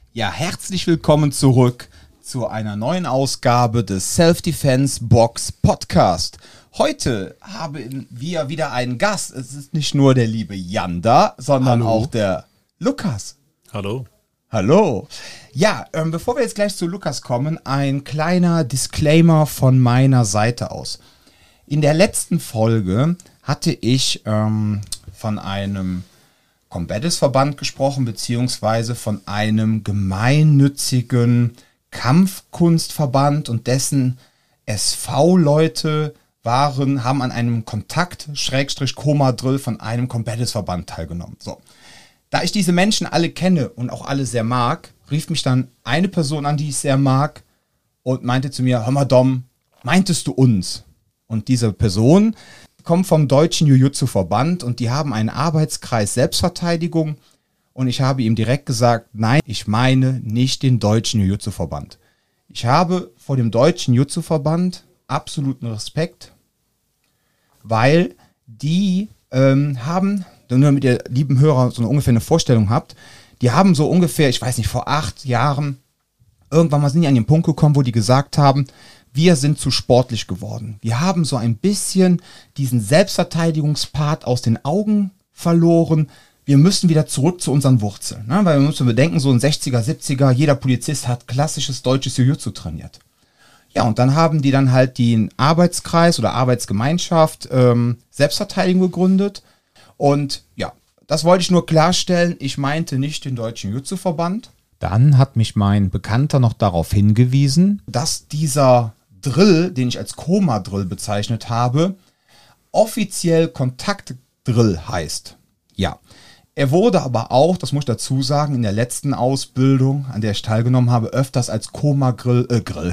Ja, herzlich willkommen zurück zu einer neuen Ausgabe des Self-Defense Box Podcast. Heute haben wir wieder einen Gast. Es ist nicht nur der liebe Jan da, sondern auch der Lukas. Hallo. Hallo. Ja, bevor wir jetzt gleich zu Lukas kommen, ein kleiner Disclaimer von meiner Seite aus. In der letzten Folge hatte ich von einem Combatis-Verband gesprochen, beziehungsweise von einem gemeinnützigen Kampfkunstverband und dessen SV-Leute haben an einem Kontakt-Koma-Drill von einem Combatis-Verband teilgenommen. So. Da ich diese Menschen alle kenne und auch alle sehr mag, rief mich dann eine Person an, die ich sehr mag und meinte zu mir, hör mal Dom, meintest du uns? Und diese Person kommt vom Deutschen Jiu-Jitsu-Verband und die haben einen Arbeitskreis Selbstverteidigung und ich habe ihm direkt gesagt, nein, ich meine nicht den Deutschen Jiu-Jitsu-Verband. Ich habe vor dem Deutschen Jiu-Jitsu-Verband absoluten Respekt, weil die haben, damit ihr lieben Hörer so ungefähr eine Vorstellung habt, die haben so ungefähr, ich weiß nicht, vor 8 Jahren, irgendwann mal sind die an den Punkt gekommen, wo die gesagt haben, wir sind zu sportlich geworden. Wir haben so ein bisschen diesen Selbstverteidigungspart aus den Augen verloren. Wir müssen wieder zurück zu unseren Wurzeln. Ne? Weil wir müssen bedenken, so in 60er, 70er, jeder Polizist hat klassisches deutsches Jiu-Jitsu trainiert. Ja, und dann haben die dann halt den Arbeitskreis oder Arbeitsgemeinschaft Selbstverteidigung gegründet. Und ja, das wollte ich nur klarstellen. Ich meinte nicht den Deutschen Jiu-Jitsu-Verband. Dann hat mich mein Bekannter noch darauf hingewiesen, dass dieser Drill, den ich als Koma-Drill bezeichnet habe, offiziell Kontakt-Drill heißt. Ja, er wurde aber auch, das muss ich dazu sagen, in der letzten Ausbildung, an der ich teilgenommen habe, öfters als Koma-Drill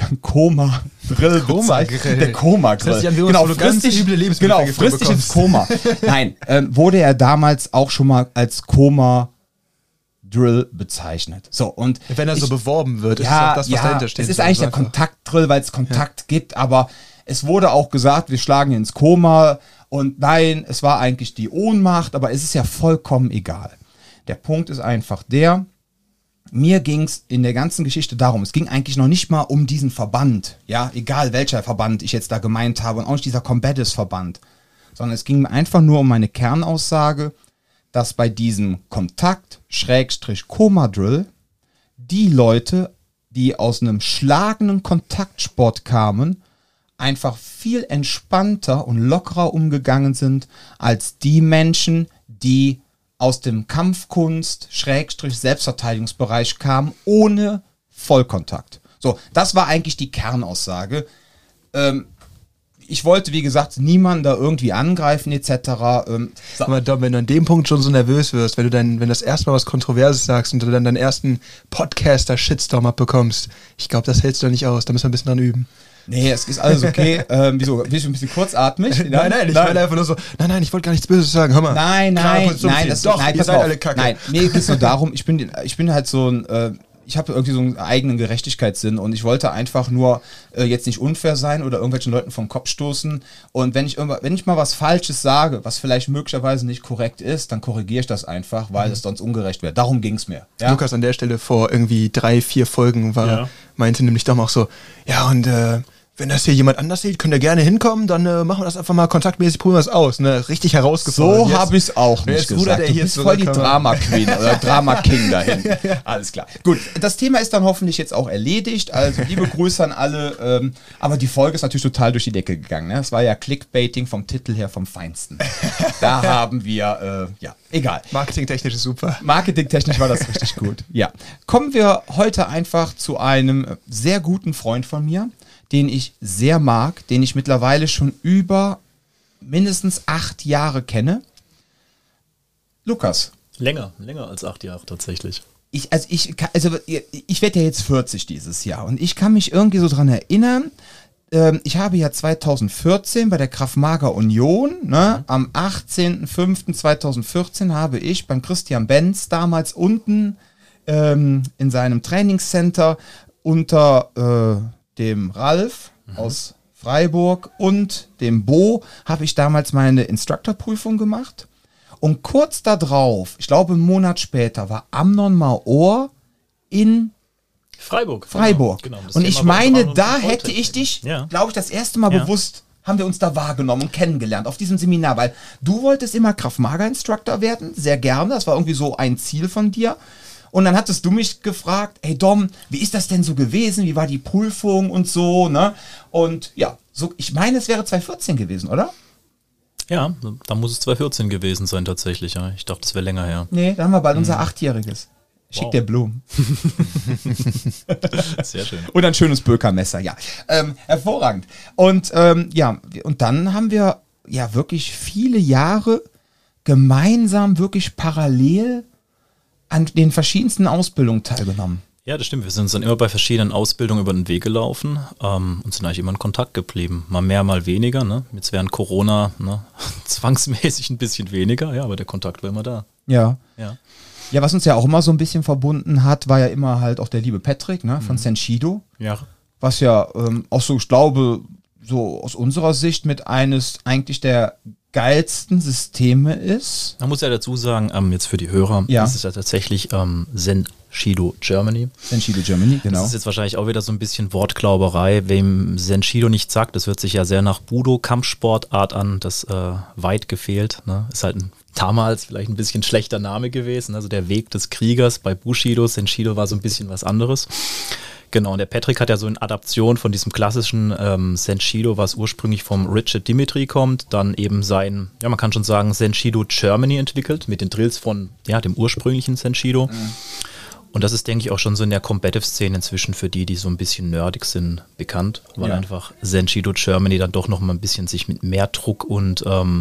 bezeichnet. Der Koma-Grill. Das heißt, genau, frisst dich ins Koma. Nein, wurde er damals auch schon mal als Koma Drill bezeichnet. So, und wenn er so beworben wird, ist auch das, was dahinter steht. Es ist eigentlich der Kontaktdrill, weil es Kontakt gibt, aber es wurde auch gesagt, wir schlagen ins Koma und nein, es war eigentlich die Ohnmacht, aber es ist ja vollkommen egal. Der Punkt ist einfach der, mir ging es in der ganzen Geschichte darum, es ging eigentlich noch nicht mal um diesen Verband, ja, egal welcher Verband ich jetzt da gemeint habe und auch nicht dieser Combatis-Verband, sondern es ging mir einfach nur um meine Kernaussage, dass bei diesem Kontakt-Koma-Drill die Leute, die aus einem schlagenden Kontaktsport kamen, einfach viel entspannter und lockerer umgegangen sind als die Menschen, die aus dem Kampfkunst-Selbstverteidigungsbereich kamen, ohne Vollkontakt. So, das war eigentlich die Kernaussage. Ich wollte, wie gesagt, niemanden da irgendwie angreifen, etc. Aber Dom, wenn du an dem Punkt schon so nervös wirst, wenn du das erste Mal was Kontroverses sagst und du dann deinen ersten Podcaster-Shitstorm abbekommst, ich glaube, das hältst du doch nicht aus, da müssen wir ein bisschen dran üben. Nee, es ist alles okay. Wieso? Bist du ein bisschen kurzatmig? Nein, ich meine einfach nur so, nein, ich wollte gar nichts Böses sagen, hör mal. Nein, ihr seid alle kacke. Nein, mir geht's nur darum, ich bin halt so ein, ich habe irgendwie so einen eigenen Gerechtigkeitssinn und ich wollte einfach nur jetzt nicht unfair sein oder irgendwelchen Leuten vom Kopf stoßen. Und wenn ich mal was Falsches sage, was vielleicht möglicherweise nicht korrekt ist, dann korrigiere ich das einfach, weil es sonst ungerecht wäre. Darum ging's mir. Ja? Lukas an der Stelle vor irgendwie 3-4 Folgen meinte nämlich Dom auch so, ja und wenn das hier jemand anders sieht, könnt ihr gerne hinkommen, dann machen wir das einfach mal kontaktmäßig, probieren wir es aus. Ne? Richtig herausgefordert. So habe ich es auch nicht gesagt. Du bist voll die Drama-Queen oder Drama-King dahin. Alles klar. Gut, das Thema ist dann hoffentlich jetzt auch erledigt. Also liebe Grüße an alle. Aber die Folge ist natürlich total durch die Decke gegangen. Ne? Das war ja Clickbaiting vom Titel her vom Feinsten. Da haben wir, egal. Marketingtechnisch ist super. Marketingtechnisch war das richtig gut. Ja. Kommen wir heute einfach zu einem sehr guten Freund von mir, den ich sehr mag, den ich mittlerweile schon über mindestens 8 Jahre kenne. Lukas. Länger als 8 Jahre tatsächlich. Ich werde ja jetzt 40 dieses Jahr und ich kann mich irgendwie so dran erinnern, ich habe ja 2014 bei der Krav Maga Union, am 18.05.2014 habe ich beim Christian Benz damals unten in seinem Trainingscenter unter dem Ralf aus Freiburg und dem Bo habe ich damals meine Instructor-Prüfung gemacht. Und kurz darauf, ich glaube einen Monat später, war Amnon Maor in Freiburg. Genau. Und ich meine, da hätte ich dich, glaube ich, das erste Mal bewusst, haben wir uns da wahrgenommen und kennengelernt auf diesem Seminar, weil du wolltest immer Krav-Maga-Instructor werden, sehr gerne, das war irgendwie so ein Ziel von dir. Und dann hattest du mich gefragt, hey Dom, wie ist das denn so gewesen, wie war die Prüfung und so, ne? Und ja, so, ich meine, es wäre 2014 gewesen, oder? Ja, da muss es 2014 gewesen sein tatsächlich, ja. Ich dachte, das wäre länger her. Nee, da haben wir bald unser 8-jähriges. Schick dir Blumen. Sehr schön. Und ein schönes Böker-Messer, ja. Hervorragend. Und und dann haben wir ja wirklich viele Jahre gemeinsam, wirklich parallel an den verschiedensten Ausbildungen teilgenommen. Ja, das stimmt. Wir sind uns dann immer bei verschiedenen Ausbildungen über den Weg gelaufen und sind eigentlich immer in Kontakt geblieben. Mal mehr, mal weniger. Ne? Jetzt während Corona zwangsmäßig ein bisschen weniger, ja, aber der Kontakt war immer da. Ja. Ja, was uns ja auch immer so ein bisschen verbunden hat, war ja immer halt auch der liebe Patrick, ne, von Senshido. Ja. Was ja auch so, ich glaube, so aus unserer Sicht mit eines eigentlich der geilsten Systeme ist. Man muss ja dazu sagen, jetzt für die Hörer, das ist ja tatsächlich Senshido Germany. Senshido Germany, genau. Das ist jetzt wahrscheinlich auch wieder so ein bisschen Wortglauberei. Wem Senshido nicht sagt, das hört sich ja sehr nach Budo-Kampfsportart an, das weit gefehlt. Ne? Ist halt damals vielleicht ein bisschen schlechter Name gewesen. Also der Weg des Kriegers bei Bushido, Senshido war so ein bisschen was anderes. Genau, und der Patrick hat ja so eine Adaption von diesem klassischen Senshido, was ursprünglich vom Richard Dimitri kommt, dann eben sein, ja man kann schon sagen, Senshido Germany entwickelt, mit den Drills von dem ursprünglichen Senshido. Und das ist, denke ich, auch schon so in der Combative-Szene inzwischen für die so ein bisschen nerdig sind, bekannt, weil einfach Senshido Germany dann doch noch mal ein bisschen sich mit mehr Druck und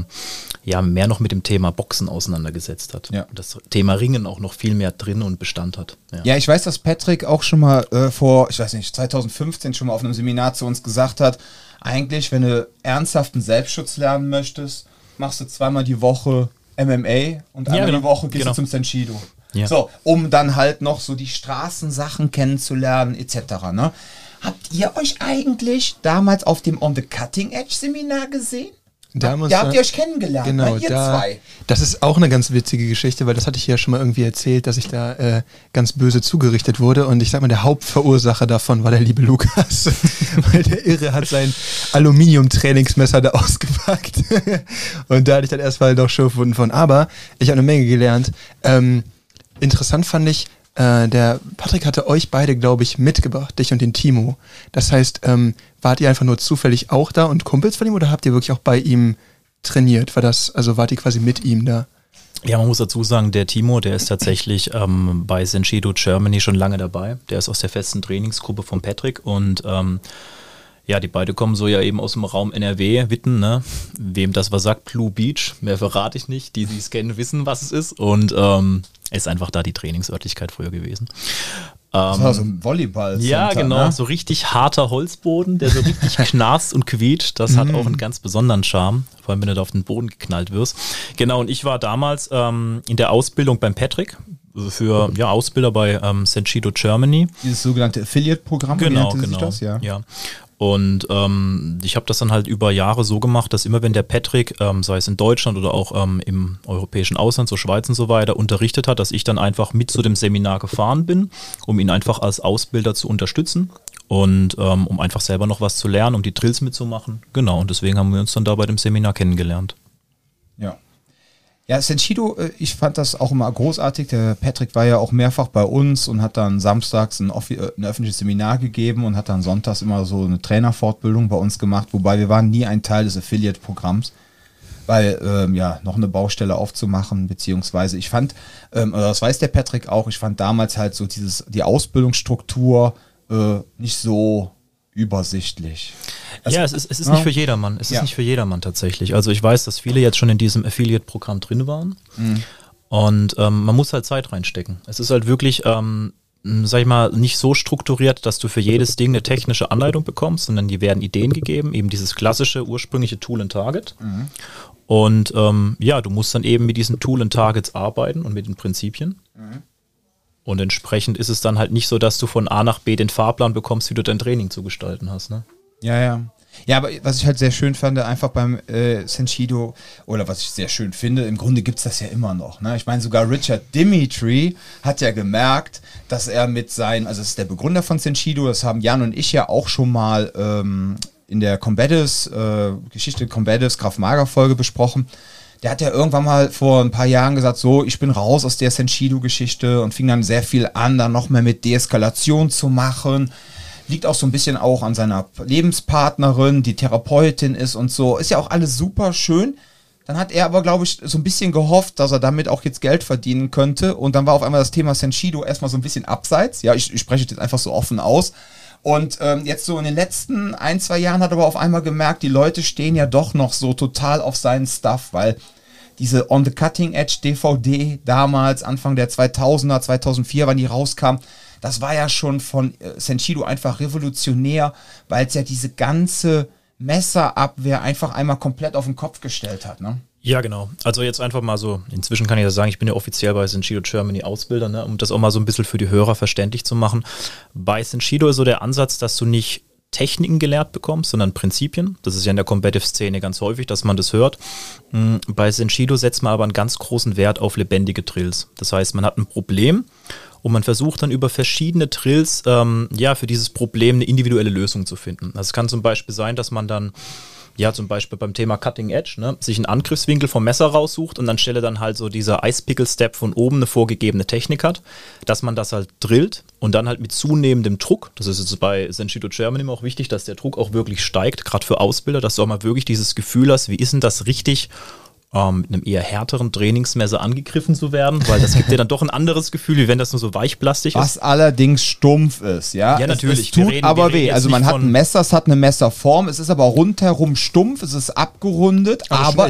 mehr noch mit dem Thema Boxen auseinandergesetzt hat. Ja. Und das Thema Ringen auch noch viel mehr drin und Bestand hat. Ja, ich weiß, dass Patrick auch schon mal vor, ich weiß nicht, 2015 schon mal auf einem Seminar zu uns gesagt hat, eigentlich, wenn du ernsthaften Selbstschutz lernen möchtest, machst du 2-mal die Woche MMA und einmal die Woche gehst du zum Senshido. Ja. So, um dann halt noch so die Straßensachen kennenzulernen, etc. Ne? Habt ihr euch eigentlich damals auf dem On the Cutting Edge Seminar gesehen? Da habt ihr euch kennengelernt, genau, ne? Ihr zwei. Das ist auch eine ganz witzige Geschichte, weil das hatte ich ja schon mal irgendwie erzählt, dass ich da ganz böse zugerichtet wurde. Und ich sag mal, der Hauptverursacher davon war der liebe Lukas. Weil der Irre hat sein Aluminium-Trainingsmesser da ausgepackt. Und da hatte ich dann erstmal noch Schürfwunden von. Aber ich habe eine Menge gelernt. Interessant fand ich, der Patrick hatte euch beide, glaube ich, mitgebracht, dich und den Timo. Das heißt, wart ihr einfach nur zufällig auch da und Kumpels von ihm oder habt ihr wirklich auch bei ihm trainiert? Wart ihr quasi mit ihm da? Ja, man muss dazu sagen, der Timo, der ist tatsächlich bei Senshido Germany schon lange dabei. Der ist aus der festen Trainingsgruppe von Patrick und die beiden kommen so ja eben aus dem Raum NRW, Witten, ne? Wem das was sagt, Blue Beach, mehr verrate ich nicht. Die es kennen, wissen, was es ist und ist einfach da die Trainingsörtlichkeit früher gewesen. Das war so ein Volleyball. Ja, genau, ne? So richtig harter Holzboden, der so richtig knarzt und quietscht. Das hat auch einen ganz besonderen Charme, vor allem wenn du da auf den Boden geknallt wirst. Genau, und ich war damals in der Ausbildung beim Patrick für Ausbilder bei Senshido Germany. Dieses sogenannte Affiliate-Programm, genau. Sich das? Ja. Und ich habe das dann halt über Jahre so gemacht, dass immer wenn der Patrick, sei es in Deutschland oder auch im europäischen Ausland, so Schweiz und so weiter, unterrichtet hat, dass ich dann einfach mit zu dem Seminar gefahren bin, um ihn einfach als Ausbilder zu unterstützen und um einfach selber noch was zu lernen, um die Drills mitzumachen. Genau, und deswegen haben wir uns dann da bei dem Seminar kennengelernt. Ja. Ja, Senshido, ich fand das auch immer großartig. Der Patrick war ja auch mehrfach bei uns und hat dann samstags ein öffentliches Seminar gegeben und hat dann sonntags immer so eine Trainerfortbildung bei uns gemacht, wobei wir waren nie ein Teil des Affiliate-Programms, weil noch eine Baustelle aufzumachen, beziehungsweise ich fand, das weiß der Patrick auch, ich fand damals halt so die Ausbildungsstruktur nicht so übersichtlich. Es ist nicht für jedermann. Es ist nicht für jedermann tatsächlich. Also ich weiß, dass viele jetzt schon in diesem Affiliate-Programm drin waren. Und man muss halt Zeit reinstecken. Es ist halt wirklich, sag ich mal, nicht so strukturiert, dass du für jedes Ding eine technische Anleitung bekommst, sondern die werden Ideen gegeben, eben dieses klassische, ursprüngliche Tool and Target. Und du musst dann eben mit diesen Tool and Targets arbeiten und mit den Prinzipien. Und entsprechend ist es dann halt nicht so, dass du von A nach B den Fahrplan bekommst, wie du dein Training zu gestalten hast, ne? Ja. Ja, aber was ich halt sehr schön fand, einfach beim Senshido, oder was ich sehr schön finde, im Grunde gibt es das ja immer noch. Ne? Ich meine, sogar Richard Dimitri hat ja gemerkt, dass er mit seinen, also das ist der Begründer von Senshido, das haben Jan und ich ja auch schon mal in der Geschichte Combatives Krav-Maga-Folge besprochen. Der hat ja irgendwann mal vor ein paar Jahren gesagt, so, ich bin raus aus der Senshido-Geschichte und fing dann sehr viel an, dann noch mehr mit Deeskalation zu machen. Liegt auch so ein bisschen auch an seiner Lebenspartnerin, die Therapeutin ist und so. Ist ja auch alles super schön. Dann hat er aber, glaube ich, so ein bisschen gehofft, dass er damit auch jetzt Geld verdienen könnte. Und dann war auf einmal das Thema Senshido erstmal so ein bisschen abseits. Ja, ich spreche jetzt einfach so offen aus. Und jetzt so in den letzten 1-2 Jahren hat er aber auf einmal gemerkt, die Leute stehen ja doch noch so total auf seinen Stuff, weil diese On the Cutting Edge DVD damals, Anfang der 2000er, 2004, wann die rauskam, das war ja schon von Senshido einfach revolutionär, weil es ja diese ganze Messerabwehr einfach einmal komplett auf den Kopf gestellt hat, ne? Ja, genau. Also jetzt einfach mal so, inzwischen kann ich ja sagen, ich bin ja offiziell bei Senshido Germany Ausbilder, ne, um das auch mal so ein bisschen für die Hörer verständlich zu machen. Bei Senshido ist so der Ansatz, dass du nicht Techniken gelehrt bekommst, sondern Prinzipien. Das ist ja in der Combative-Szene ganz häufig, dass man das hört. Bei Senshido setzt man aber einen ganz großen Wert auf lebendige Drills. Das heißt, man hat ein Problem und man versucht dann über verschiedene Drills für dieses Problem eine individuelle Lösung zu finden. Also es kann zum Beispiel sein, dass man dann zum Beispiel beim Thema Cutting Edge, ne, sich einen Angriffswinkel vom Messer raussucht und anstelle dann halt so dieser Ice-Pickle-Step von oben eine vorgegebene Technik hat, dass man das halt drillt und dann halt mit zunehmendem Druck, das ist jetzt bei Senshido Germany immer auch wichtig, dass der Druck auch wirklich steigt, gerade für Ausbilder, dass du auch mal wirklich dieses Gefühl hast, wie ist denn das richtig, mit einem eher härteren Trainingsmesser angegriffen zu werden, weil das gibt dir dann doch ein anderes Gefühl, wie wenn das nur so weichplastig ist. Was allerdings stumpf ist, ja. Ja, natürlich. Es tut aber weh. Also man hat ein Messer, es hat eine Messerform, es ist aber rundherum stumpf, es ist abgerundet, aber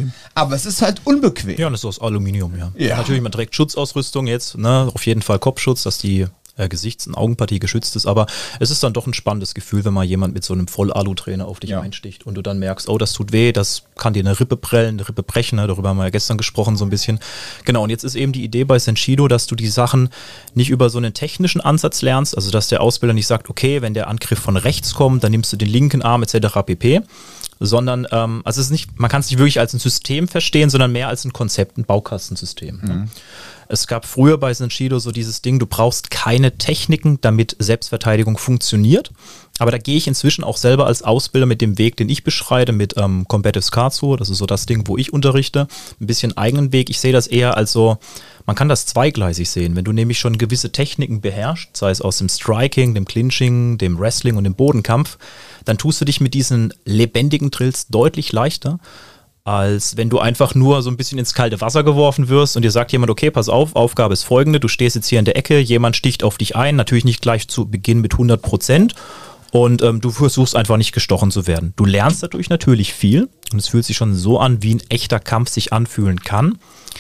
es ist halt unbequem. Ja, und es ist aus Aluminium, ja. Natürlich, man trägt Schutzausrüstung jetzt, ne, auf jeden Fall Kopfschutz, dass die Gesichts- und Augenpartie geschützt ist, aber es ist dann doch ein spannendes Gefühl, wenn mal jemand mit so einem Voll-Alu-Trainer auf dich einsticht und du dann merkst, oh, das tut weh, das kann dir eine Rippe prellen, eine Rippe brechen, ne? Darüber haben wir ja gestern gesprochen so ein bisschen. Genau, und jetzt ist eben die Idee bei Senshido, dass du die Sachen nicht über so einen technischen Ansatz lernst, also dass der Ausbilder nicht sagt, okay, wenn der Angriff von rechts kommt, dann nimmst du den linken Arm etc. pp., sondern also es ist nicht, man kann es nicht wirklich als ein System verstehen, sondern mehr als ein Konzept, ein Baukastensystem. Ne? Es gab früher bei Senshido so dieses Ding, du brauchst keine Techniken, damit Selbstverteidigung funktioniert. Aber da gehe ich inzwischen auch selber als Ausbilder mit dem Weg, den ich beschreite, mit Combatives Karlsruhe, das ist so das Ding, wo ich unterrichte, ein bisschen eigenen Weg. Ich sehe das eher als so, man kann das zweigleisig sehen. Wenn du nämlich schon gewisse Techniken beherrschst, sei es aus dem Striking, dem Clinching, dem Wrestling und dem Bodenkampf, dann tust du dich mit diesen lebendigen Drills deutlich leichter, als wenn du einfach nur so ein bisschen ins kalte Wasser geworfen wirst und dir sagt jemand, okay, pass auf, Aufgabe ist folgende, du stehst jetzt hier in der Ecke, jemand sticht auf dich ein, natürlich nicht gleich zu Beginn mit 100% und du versuchst einfach nicht gestochen zu werden. Du lernst dadurch natürlich viel und es fühlt sich schon so an, wie ein echter Kampf sich anfühlen kann.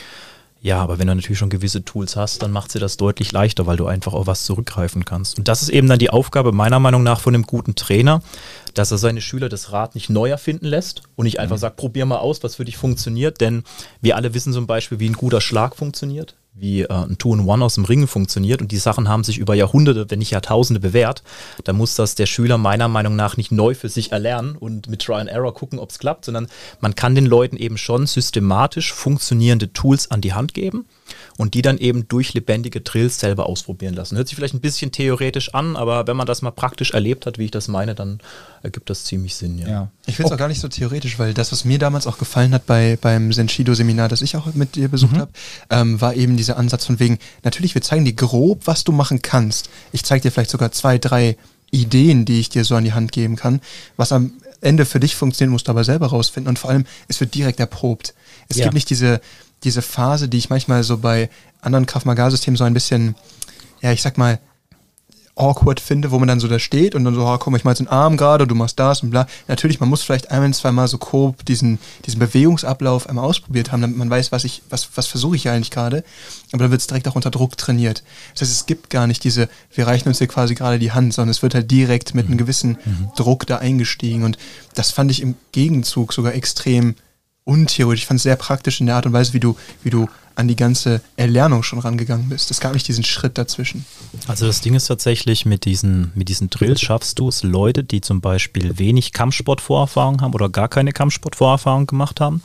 Ja, aber wenn du natürlich schon gewisse Tools hast, dann macht sie das deutlich leichter, weil du einfach auf was zurückgreifen kannst. Und das ist eben dann die Aufgabe meiner Meinung nach von einem guten Trainer, dass er seine Schüler das Rad nicht neu erfinden lässt und nicht einfach sagt, probier mal aus, was für dich funktioniert. Denn wir alle wissen zum Beispiel, wie ein guter Schlag funktioniert, wie ein Two-in-One aus dem Ringen funktioniert und die Sachen haben sich über Jahrhunderte, wenn nicht Jahrtausende bewährt. Da muss das der Schüler meiner Meinung nach nicht neu für sich erlernen und mit Try and Error gucken, ob es klappt, sondern man kann den Leuten eben schon systematisch funktionierende Tools an die Hand geben und die dann eben durch lebendige Drills selber ausprobieren lassen. Hört sich vielleicht ein bisschen theoretisch an, aber wenn man das mal praktisch erlebt hat, wie ich das meine, dann ergibt das ziemlich Sinn. Ja. Ich finde es auch gar nicht so theoretisch, weil das, was mir damals auch gefallen hat beim Senshido-Seminar, das ich auch mit dir besucht habe, war eben dieser Ansatz von wegen, natürlich, wir zeigen dir grob, was du machen kannst. Ich zeige dir vielleicht sogar 2, 3 Ideen, die ich dir so an die Hand geben kann. Was am Ende für dich funktioniert, musst du aber selber rausfinden und vor allem, es wird direkt erprobt. Es gibt nicht diese Phase, die ich manchmal so bei anderen Krav-Maga-Systemen so ein bisschen, ja, ich sag mal, awkward finde, wo man dann so da steht und dann so, komm, ich mal jetzt den Arm gerade, du machst das und bla. Natürlich, man muss vielleicht 1-2 Mal so grob diesen Bewegungsablauf einmal ausprobiert haben, damit man weiß, was versuche ich eigentlich gerade. Aber dann wird es direkt auch unter Druck trainiert. Das heißt, es gibt gar nicht wir reichen uns hier quasi gerade die Hand, sondern es wird halt direkt mit einem gewissen Druck da eingestiegen und das fand ich im Gegenzug sogar extrem untheoretisch. Ich fand es sehr praktisch in der Art und Weise, wie du an die ganze Erlernung schon rangegangen bist. Es gab nicht diesen Schritt dazwischen. Also das Ding ist tatsächlich, mit diesen Drills schaffst du es, Leute, die zum Beispiel wenig Kampfsportvorerfahrung haben oder gar keine Kampfsportvorerfahrung gemacht haben,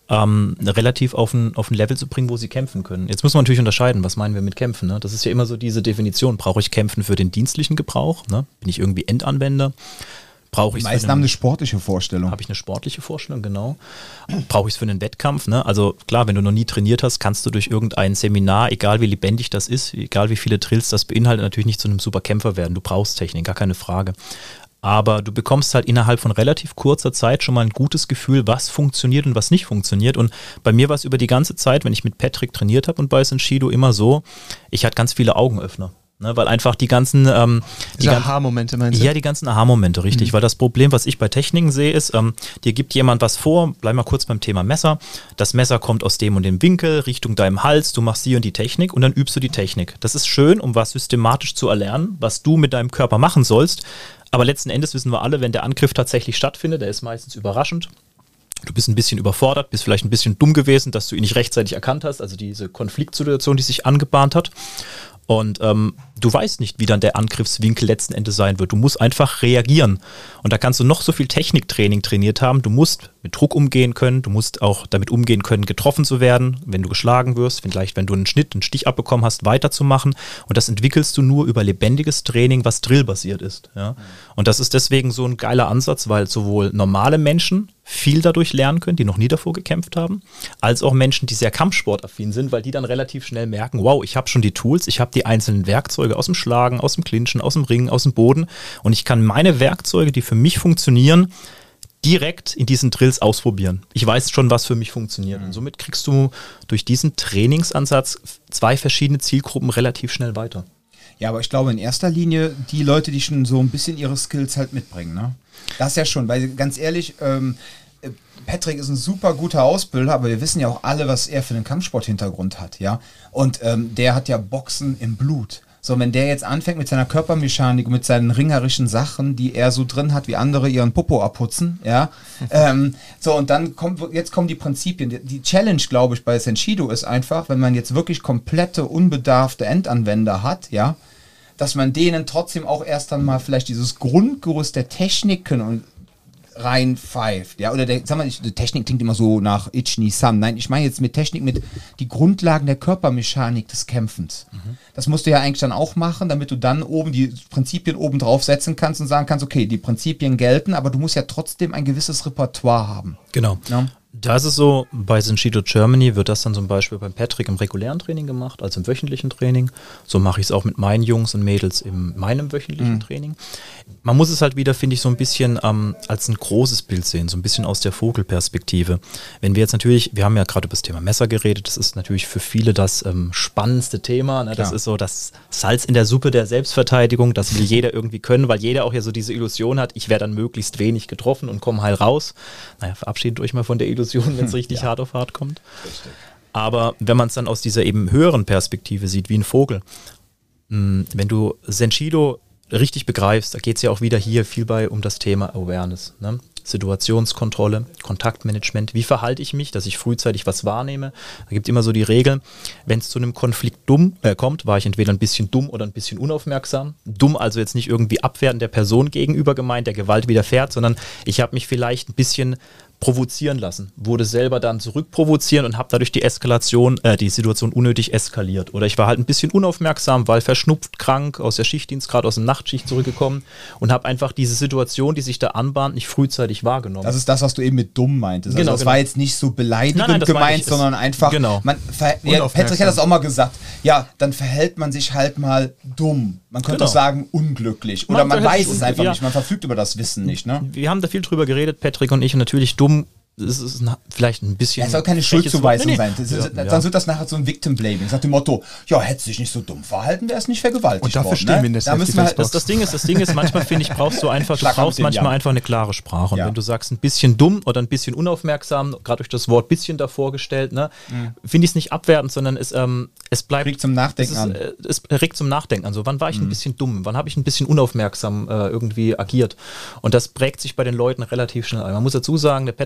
relativ auf ein Level zu bringen, wo sie kämpfen können. Jetzt muss man natürlich unterscheiden, was meinen wir mit Kämpfen. Ne? Das ist ja immer so diese Definition. Brauche ich Kämpfen für den dienstlichen Gebrauch? Ne? Bin ich irgendwie Endanwender? Die meisten haben eine sportliche Vorstellung. Habe ich eine sportliche Vorstellung, genau. Brauche ich es für einen Wettkampf? Ne? Also klar, wenn du noch nie trainiert hast, kannst du durch irgendein Seminar, egal wie lebendig das ist, egal wie viele Drills das beinhaltet, natürlich nicht zu einem super Kämpfer werden. Du brauchst Technik, gar keine Frage. Aber du bekommst halt innerhalb von relativ kurzer Zeit schon mal ein gutes Gefühl, was funktioniert und was nicht funktioniert. Und bei mir war es über die ganze Zeit, wenn ich mit Patrick trainiert habe und bei Senshido immer so, ich hatte ganz viele Augenöffner. Ne, weil einfach die ganzen Aha-Momente meinst du? Ja, die ganzen Aha-Momente, richtig. Weil das Problem, was ich bei Techniken sehe, ist, dir gibt jemand was vor, bleib mal kurz beim Thema Messer. Das Messer kommt aus dem und dem Winkel, Richtung deinem Hals, du machst die und die Technik und dann übst du die Technik. Das ist schön, um was systematisch zu erlernen, was du mit deinem Körper machen sollst. Aber letzten Endes wissen wir alle, wenn der Angriff tatsächlich stattfindet, der ist meistens überraschend. Du bist ein bisschen überfordert, bist vielleicht ein bisschen dumm gewesen, dass du ihn nicht rechtzeitig erkannt hast, also diese Konfliktsituation, die sich angebahnt hat. Und du weißt nicht, wie dann der Angriffswinkel letzten Endes sein wird. Du musst einfach reagieren. Und da kannst du noch so viel Techniktraining trainiert haben. Du musst mit Druck umgehen können. Du musst auch damit umgehen können, getroffen zu werden, wenn du geschlagen wirst. Vielleicht, wenn du einen Stich abbekommen hast, weiterzumachen. Und das entwickelst du nur über lebendiges Training, was drillbasiert ist. Ja? Und das ist deswegen so ein geiler Ansatz, weil sowohl normale Menschen viel dadurch lernen können, die noch nie davor gekämpft haben, als auch Menschen, die sehr kampfsportaffin sind, weil die dann relativ schnell merken, wow, ich habe schon die Tools, ich habe die einzelnen Werkzeuge aus dem Schlagen, aus dem Clinchen, aus dem Ringen, aus dem Boden und ich kann meine Werkzeuge, die für mich funktionieren, direkt in diesen Drills ausprobieren. Ich weiß schon, was für mich funktioniert. Und somit kriegst du durch diesen Trainingsansatz 2 verschiedene Zielgruppen relativ schnell weiter. Ja, aber ich glaube in erster Linie die Leute, die schon so ein bisschen ihre Skills halt mitbringen, ne? Das ja schon, weil ganz ehrlich, Patrick ist ein super guter Ausbilder, aber wir wissen ja auch alle, was er für einen Kampfsport-Hintergrund hat, ja. Und der hat ja Boxen im Blut. So, wenn der jetzt anfängt mit seiner Körpermechanik und mit seinen ringerischen Sachen, die er so drin hat, wie andere ihren Popo abputzen, ja. So, und dann kommen die Prinzipien. Die Challenge, glaube ich, bei Senshido ist einfach, wenn man jetzt wirklich komplette, unbedarfte Endanwender hat, ja, dass man denen trotzdem auch erst dann mal vielleicht dieses Grundgerüst der Techniken und reinpfeift, ja, oder die Technik klingt immer so nach Ich-Ni-Sam. Nein, ich meine jetzt mit Technik, mit die Grundlagen der Körpermechanik des Kämpfens. Das musst du ja eigentlich dann auch machen, damit du dann oben die Prinzipien oben drauf setzen kannst und sagen kannst, okay, die Prinzipien gelten, aber du musst ja trotzdem ein gewisses Repertoire haben. Genau. Ja? Da ist es so, bei Senshido Germany wird das dann zum Beispiel beim Patrick im regulären Training gemacht, also im wöchentlichen Training. So mache ich es auch mit meinen Jungs und Mädels in meinem wöchentlichen Training. Man muss es halt wieder, finde ich, so ein bisschen als ein großes Bild sehen, so ein bisschen aus der Vogelperspektive. Wenn wir jetzt natürlich, wir haben ja gerade über das Thema Messer geredet, das ist natürlich für viele das spannendste Thema. Ne? Das ist so das Salz in der Suppe der Selbstverteidigung, das will jeder irgendwie können, weil jeder auch ja so diese Illusion hat, ich werde dann möglichst wenig getroffen und komme heil raus. Naja, verabschiedet euch mal von der Illusion, wenn es richtig hart auf hart kommt. Richtig. Aber wenn man es dann aus dieser eben höheren Perspektive sieht, wie ein Vogel, wenn du Senshido richtig begreifst, da geht es ja auch wieder hier viel um das Thema Awareness, ne? Situationskontrolle, Kontaktmanagement, wie verhalte ich mich, dass ich frühzeitig was wahrnehme. Da gibt es immer so die Regel, wenn es zu einem Konflikt kommt, war ich entweder ein bisschen dumm oder ein bisschen unaufmerksam. Dumm also jetzt nicht irgendwie abwertend der Person gegenüber gemeint, der Gewalt widerfährt, sondern ich habe mich vielleicht ein bisschen provozieren lassen, wurde selber dann zurückprovozieren und habe dadurch die Situation unnötig eskaliert. Oder ich war halt ein bisschen unaufmerksam, weil verschnupft, krank, aus der Schichtdienst, gerade aus der Nachtschicht zurückgekommen und habe einfach diese Situation, die sich da anbahnt, nicht frühzeitig wahrgenommen. Das ist das, was du eben mit dumm meintest. Genau, also das war jetzt nicht so beleidigend gemeint, sondern einfach, Patrick hat das auch mal gesagt, ja, dann verhält man sich halt mal dumm. Man könnte auch sagen unglücklich. Oder man weiß es einfach nicht, man verfügt über das Wissen nicht. Ne? Wir haben da viel drüber geredet, Patrick und ich, und natürlich dumm. Es ist vielleicht ein bisschen. Es soll keine Schuldzuweisung sein. Dann wird das nachher so ein Victim-Blaming. Nach dem Motto, ja, hätte sich nicht so dumm verhalten, wäre es nicht vergewaltigt worden. Und dafür stehen wir in der Safety-Face-Box. Das Ding ist, manchmal finde ich, brauchst du einfach eine klare Sprache. Und wenn du sagst, ein bisschen dumm oder ein bisschen unaufmerksam, gerade durch das Wort bisschen davor gestellt, ne, finde ich es nicht abwertend, sondern es bleibt. Regt zum Nachdenken an. Es regt zum Nachdenken an. So, wann war ich ein bisschen dumm? Wann habe ich ein bisschen unaufmerksam irgendwie agiert? Und das prägt sich bei den Leuten relativ schnell ein. Man muss dazu sagen, der Patrick arbeitet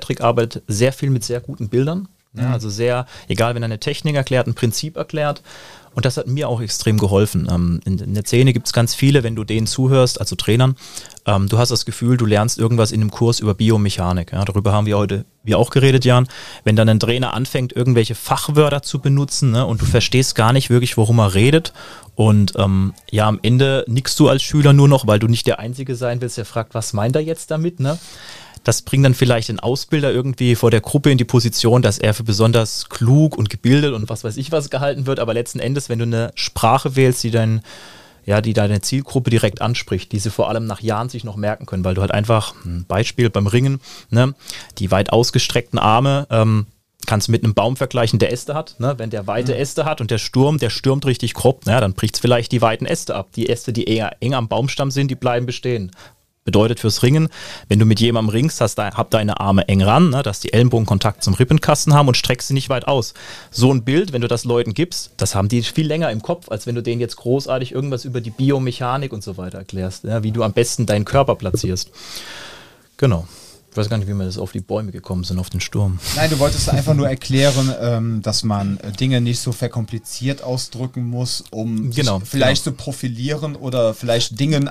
arbeitet sehr viel mit sehr guten Bildern. Ja, also sehr, egal, wenn er eine Technik erklärt, ein Prinzip erklärt. Und das hat mir auch extrem geholfen. In der Szene gibt es ganz viele, wenn du denen zuhörst, also Trainern, du hast das Gefühl, du lernst irgendwas in einem Kurs über Biomechanik. Ja, darüber haben wir heute auch geredet, Jan. Wenn dann ein Trainer anfängt, irgendwelche Fachwörter zu benutzen, ne, und du verstehst gar nicht wirklich, worum er redet. Und am Ende nickst du als Schüler nur noch, weil du nicht der Einzige sein willst, der fragt, was meint er jetzt damit, ne? Das bringt dann vielleicht den Ausbilder irgendwie vor der Gruppe in die Position, dass er für besonders klug und gebildet und was weiß ich was gehalten wird. Aber letzten Endes, wenn du eine Sprache wählst, die deine Zielgruppe direkt anspricht, die sie vor allem nach Jahren sich noch merken können, weil du halt einfach, ein Beispiel beim Ringen, ne, die weit ausgestreckten Arme, kannst du mit einem Baum vergleichen, der Äste hat. Ne? Wenn der weite Äste hat und der stürmt richtig grob, dann bricht es vielleicht die weiten Äste ab. Die Äste, die eher eng am Baumstamm sind, die bleiben bestehen. Bedeutet fürs Ringen, wenn du mit jemandem ringst, hab deine Arme eng ran, ne, dass die Ellenbogen Kontakt zum Rippenkasten haben und streckst sie nicht weit aus. So ein Bild, wenn du das Leuten gibst, das haben die viel länger im Kopf, als wenn du denen jetzt großartig irgendwas über die Biomechanik und so weiter erklärst, ja, wie du am besten deinen Körper platzierst. Genau. Ich weiß gar nicht, wie wir das auf die Bäume gekommen sind, auf den Sturm. Nein, du wolltest einfach nur erklären, dass man Dinge nicht so verkompliziert ausdrücken muss, um sich vielleicht zu profilieren oder vielleicht Dingen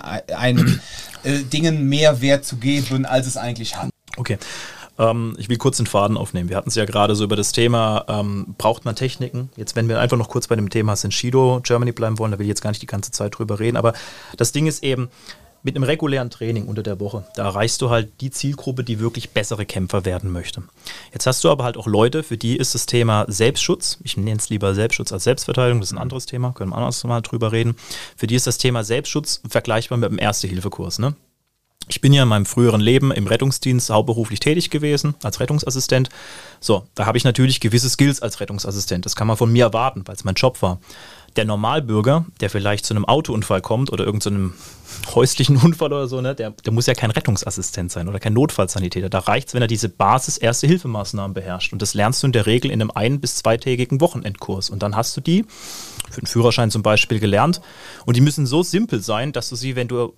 mehr Wert zu geben, als es eigentlich hat. Okay. Ich will kurz den Faden aufnehmen. Wir hatten es ja gerade so über das Thema, braucht man Techniken? Jetzt, wenn wir einfach noch kurz bei dem Thema Senshido Germany bleiben wollen, da will ich jetzt gar nicht die ganze Zeit drüber reden, aber das Ding ist eben, mit einem regulären Training unter der Woche, da erreichst du halt die Zielgruppe, die wirklich bessere Kämpfer werden möchte. Jetzt hast du aber halt auch Leute, für die ist das Thema Selbstschutz, ich nenne es lieber Selbstschutz als Selbstverteidigung, das ist ein anderes Thema, können wir anders mal drüber reden. Für die ist das Thema Selbstschutz vergleichbar mit dem Erste-Hilfe-Kurs, ne? Ich bin ja in meinem früheren Leben im Rettungsdienst hauptberuflich tätig gewesen, als Rettungsassistent. So, da habe ich natürlich gewisse Skills als Rettungsassistent. Das kann man von mir erwarten, weil es mein Job war. Der Normalbürger, der vielleicht zu einem Autounfall kommt oder irgendeinem häuslichen Unfall oder so, ne, der muss ja kein Rettungsassistent sein oder kein Notfallsanitäter. Da reicht es, wenn er diese Basis-Erste-Hilfemaßnahmen beherrscht. Und das lernst du in der Regel in einem 1- bis 2-tägigen Wochenendkurs. Und dann hast du die für den Führerschein zum Beispiel gelernt. Und die müssen so simpel sein, dass du sie, wenn du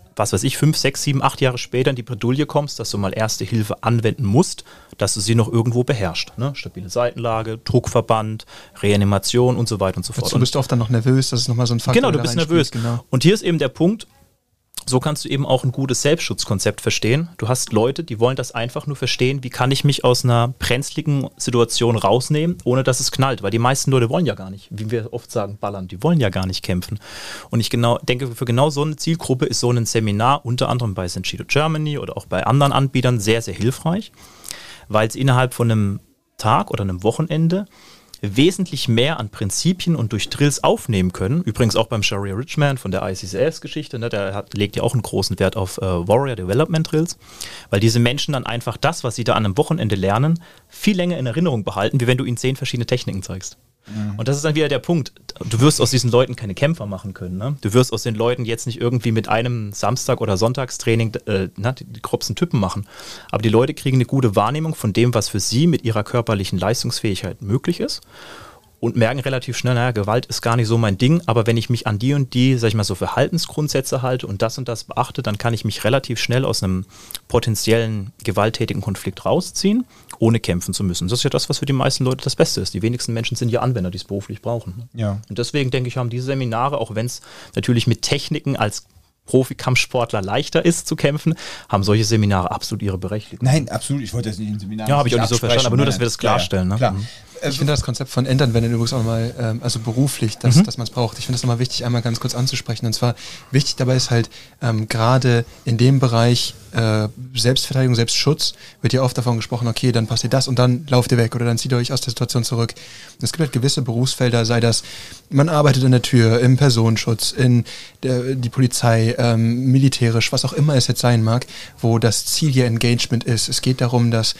5, 6, 7, 8 Jahre später in die Bredouille kommst, dass du mal Erste Hilfe anwenden musst, dass du sie noch irgendwo beherrschst. Ne? Stabile Seitenlage, Druckverband, Reanimation und so weiter und so fort. Du bist oft dann noch nervös, das ist nochmal so ein Faktor. Genau, du bist nervös. Genau. Und hier ist eben der Punkt, so kannst du eben auch ein gutes Selbstschutzkonzept verstehen. Du hast Leute, die wollen das einfach nur verstehen, wie kann ich mich aus einer brenzligen Situation rausnehmen, ohne dass es knallt. Weil die meisten Leute wollen ja gar nicht, wie wir oft sagen, ballern. Die wollen ja gar nicht kämpfen. Und ich denke, für genau so eine Zielgruppe ist so ein Seminar, unter anderem bei Senshido Germany oder auch bei anderen Anbietern, sehr, sehr hilfreich, weil es innerhalb von einem Tag oder einem Wochenende wesentlich mehr an Prinzipien und durch Drills aufnehmen können. Übrigens auch beim Sharia Richman von der ICCS-Geschichte, ne, legt ja auch einen großen Wert auf Warrior Development Drills, weil diese Menschen dann einfach das, was sie da an einem Wochenende lernen, viel länger in Erinnerung behalten, wie wenn du ihnen 10 verschiedene Techniken zeigst. Mhm. Und das ist dann wieder der Punkt. Du wirst aus diesen Leuten keine Kämpfer machen können. Ne? Du wirst aus den Leuten jetzt nicht irgendwie mit einem Samstag- oder Sonntagstraining die grobsten Typen machen. Aber die Leute kriegen eine gute Wahrnehmung von dem, was für sie mit ihrer körperlichen Leistungsfähigkeit möglich ist. Und merken relativ schnell, naja, Gewalt ist gar nicht so mein Ding, aber wenn ich mich an die und die, sag ich mal, so Verhaltensgrundsätze halte und das beachte, dann kann ich mich relativ schnell aus einem potenziellen gewalttätigen Konflikt rausziehen, ohne kämpfen zu müssen. Das ist ja das, was für die meisten Leute das Beste ist. Die wenigsten Menschen sind ja Anwender, die es beruflich brauchen. Ja. Und deswegen denke ich, haben diese Seminare, auch wenn es natürlich mit Techniken als Profikampfsportler leichter ist zu kämpfen, haben solche Seminare absolut ihre Berechtigung. Nein, absolut. Ich wollte jetzt nicht in Seminaren. Ja, habe ich auch nicht so verstanden, aber nur, dass wir das klarstellen. Ja, klar. Ne? Ich finde das Konzept von Endanwenden übrigens auch mal, also beruflich, dass man es braucht. Ich finde es nochmal wichtig, einmal ganz kurz anzusprechen. Und zwar wichtig dabei ist halt, gerade in dem Bereich Selbstverteidigung, Selbstschutz, wird ja oft davon gesprochen, okay, dann passiert das und dann lauft ihr weg oder dann zieht ihr euch aus der Situation zurück. Und es gibt halt gewisse Berufsfelder, sei das, man arbeitet an der Tür, im Personenschutz, in die Polizei, militärisch, was auch immer es jetzt sein mag, wo das Ziel ja Engagement ist. Es geht darum, dass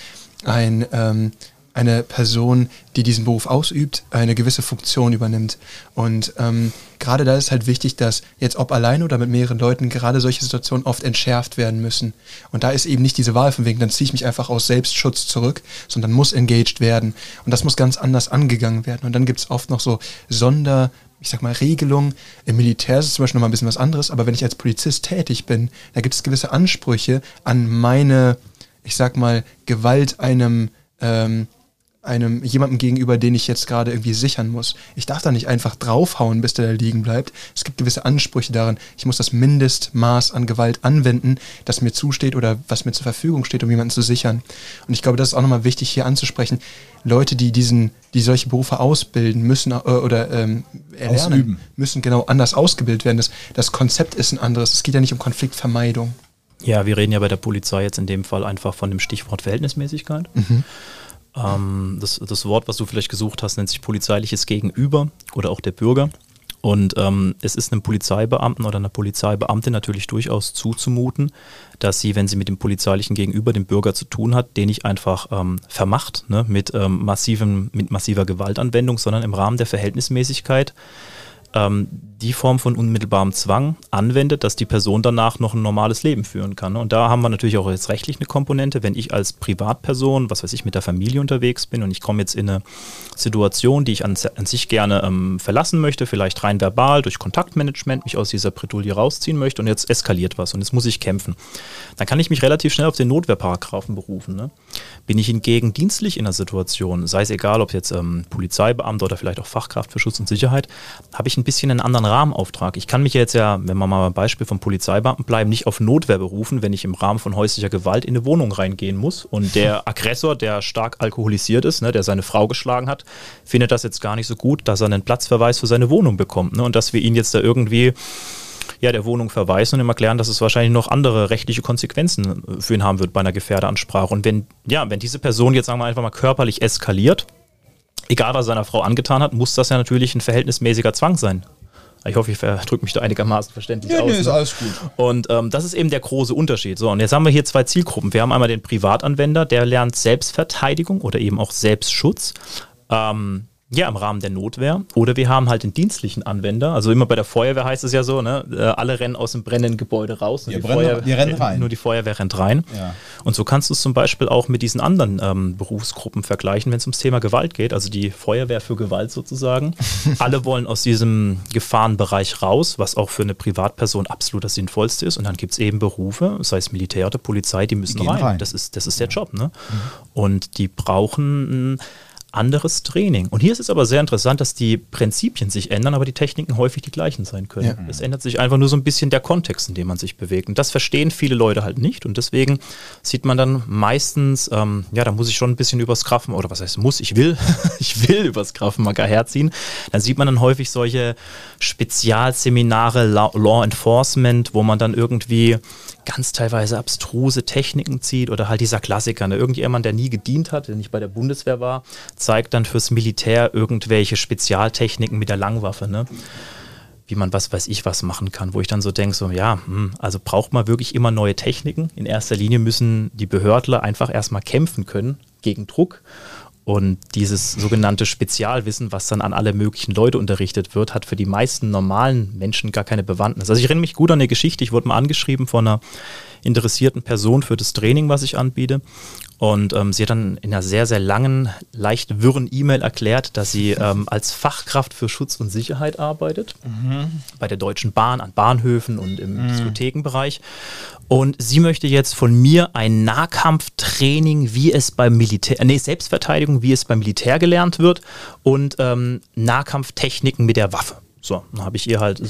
eine Person, die diesen Beruf ausübt, eine gewisse Funktion übernimmt. Und gerade da ist halt wichtig, dass jetzt ob alleine oder mit mehreren Leuten gerade solche Situationen oft entschärft werden müssen. Und da ist eben nicht diese Wahl von wegen, dann ziehe ich mich einfach aus Selbstschutz zurück, sondern muss engaged werden. Und das muss ganz anders angegangen werden. Und dann gibt es oft noch so Regelungen. Im Militär ist es zum Beispiel noch mal ein bisschen was anderes, aber wenn ich als Polizist tätig bin, da gibt es gewisse Ansprüche an meine ich sag mal, Gewalt einem jemandem gegenüber, den ich jetzt gerade irgendwie sichern muss. Ich darf da nicht einfach draufhauen, bis der da liegen bleibt. Es gibt gewisse Ansprüche daran. Ich muss das Mindestmaß an Gewalt anwenden, das mir zusteht oder was mir zur Verfügung steht, um jemanden zu sichern. Und ich glaube, das ist auch nochmal wichtig hier anzusprechen. Leute, die solche Berufe ausbilden müssen erlernen, Ausüben. müssen genau anders ausgebildet werden. Das Konzept ist ein anderes. Es geht ja nicht um Konfliktvermeidung. Ja, wir reden ja bei der Polizei jetzt in dem Fall einfach von dem Stichwort Verhältnismäßigkeit. Das Wort, was du vielleicht gesucht hast, nennt sich polizeiliches Gegenüber oder auch der Bürger. Und es ist einem Polizeibeamten oder einer Polizeibeamtin natürlich durchaus zuzumuten, dass sie, wenn sie mit dem polizeilichen Gegenüber, dem Bürger zu tun hat, den nicht einfach vermacht, ne, mit massiver Gewaltanwendung, sondern im Rahmen der Verhältnismäßigkeit die Form von unmittelbarem Zwang anwendet, dass die Person danach noch ein normales Leben führen kann. Und da haben wir natürlich auch jetzt rechtlich eine Komponente. Wenn ich als Privatperson, was weiß ich, mit der Familie unterwegs bin und ich komme jetzt in eine Situation, die ich an sich gerne verlassen möchte, vielleicht rein verbal, durch Kontaktmanagement mich aus dieser Bredouille rausziehen möchte und jetzt eskaliert was und jetzt muss ich kämpfen, dann kann ich mich relativ schnell auf den Notwehrparagraphen berufen. Ne? Bin ich hingegen dienstlich in einer Situation, sei es egal, ob jetzt Polizeibeamter oder vielleicht auch Fachkraft für Schutz und Sicherheit, habe ich ein bisschen einen anderen Rahmenauftrag. Ich kann mich jetzt ja, wenn wir mal beim Beispiel vom Polizeibeamten bleiben, nicht auf Notwehr berufen, wenn ich im Rahmen von häuslicher Gewalt in eine Wohnung reingehen muss und der Aggressor, der stark alkoholisiert ist, ne, der seine Frau geschlagen hat, findet das jetzt gar nicht so gut, dass er einen Platzverweis für seine Wohnung bekommt, ne, und dass wir ihn jetzt da irgendwie der Wohnung verweisen und ihm erklären, dass es wahrscheinlich noch andere rechtliche Konsequenzen für ihn haben wird bei einer Gefährderansprache. Und wenn diese Person jetzt, sagen wir einfach mal, körperlich eskaliert, egal was er seiner Frau angetan hat, muss das ja natürlich ein verhältnismäßiger Zwang sein. Ich hoffe, ich drücke mich da einigermaßen verständlich aus. Nee, ist alles gut. Und das ist eben der große Unterschied. So, und jetzt haben wir hier zwei Zielgruppen. Wir haben einmal den Privatanwender, der lernt Selbstverteidigung oder eben auch Selbstschutz. Im Rahmen der Notwehr. Oder wir haben halt den dienstlichen Anwender. Also immer bei der Feuerwehr heißt es ja so, ne? Alle rennen aus dem brennenden Gebäude raus. Die rennen rein. Nur die Feuerwehr rennt rein. Ja. Und so kannst du es zum Beispiel auch mit diesen anderen Berufsgruppen vergleichen, wenn es ums Thema Gewalt geht. Also die Feuerwehr für Gewalt sozusagen. Alle wollen aus diesem Gefahrenbereich raus, was auch für eine Privatperson absolut das Sinnvollste ist. Und dann gibt es eben Berufe, sei es Militär oder Polizei, die müssen rein. Das ist der Job. Ne? Und die brauchen anderes Training. Und hier ist es aber sehr interessant, dass die Prinzipien sich ändern, aber die Techniken häufig die gleichen sein können. Ja. Es ändert sich einfach nur so ein bisschen der Kontext, in dem man sich bewegt. Und das verstehen viele Leute halt nicht. Und deswegen sieht man dann meistens, da muss ich schon ein bisschen übers Kraven, oder was heißt muss, ich will übers Kraven Maga herziehen. Dann sieht man dann häufig solche Spezialseminare, Law Enforcement, wo man dann irgendwie ganz teilweise abstruse Techniken zieht oder halt dieser Klassiker, ne? Irgendjemand, der nie gedient hat, der nicht bei der Bundeswehr war, zeigt dann fürs Militär irgendwelche Spezialtechniken mit der Langwaffe, ne? Wie man was machen kann, wo ich dann so denke, also braucht man wirklich immer neue Techniken? In erster Linie müssen die Behördler einfach erstmal kämpfen können gegen Druck. Und dieses sogenannte Spezialwissen, was dann an alle möglichen Leute unterrichtet wird, hat für die meisten normalen Menschen gar keine Bewandtnis. Also ich erinnere mich gut an eine Geschichte, ich wurde mal angeschrieben von einer interessierten Person für das Training, was ich anbiete. Und sie hat dann in einer sehr, sehr langen, leicht wirren E-Mail erklärt, dass sie als Fachkraft für Schutz und Sicherheit arbeitet, bei der Deutschen Bahn, an Bahnhöfen und im Diskothekenbereich. Und sie möchte jetzt von mir ein Nahkampftraining, wie es beim Selbstverteidigung, wie es beim Militär gelernt wird und Nahkampftechniken mit der Waffe. So, dann habe ich ihr halt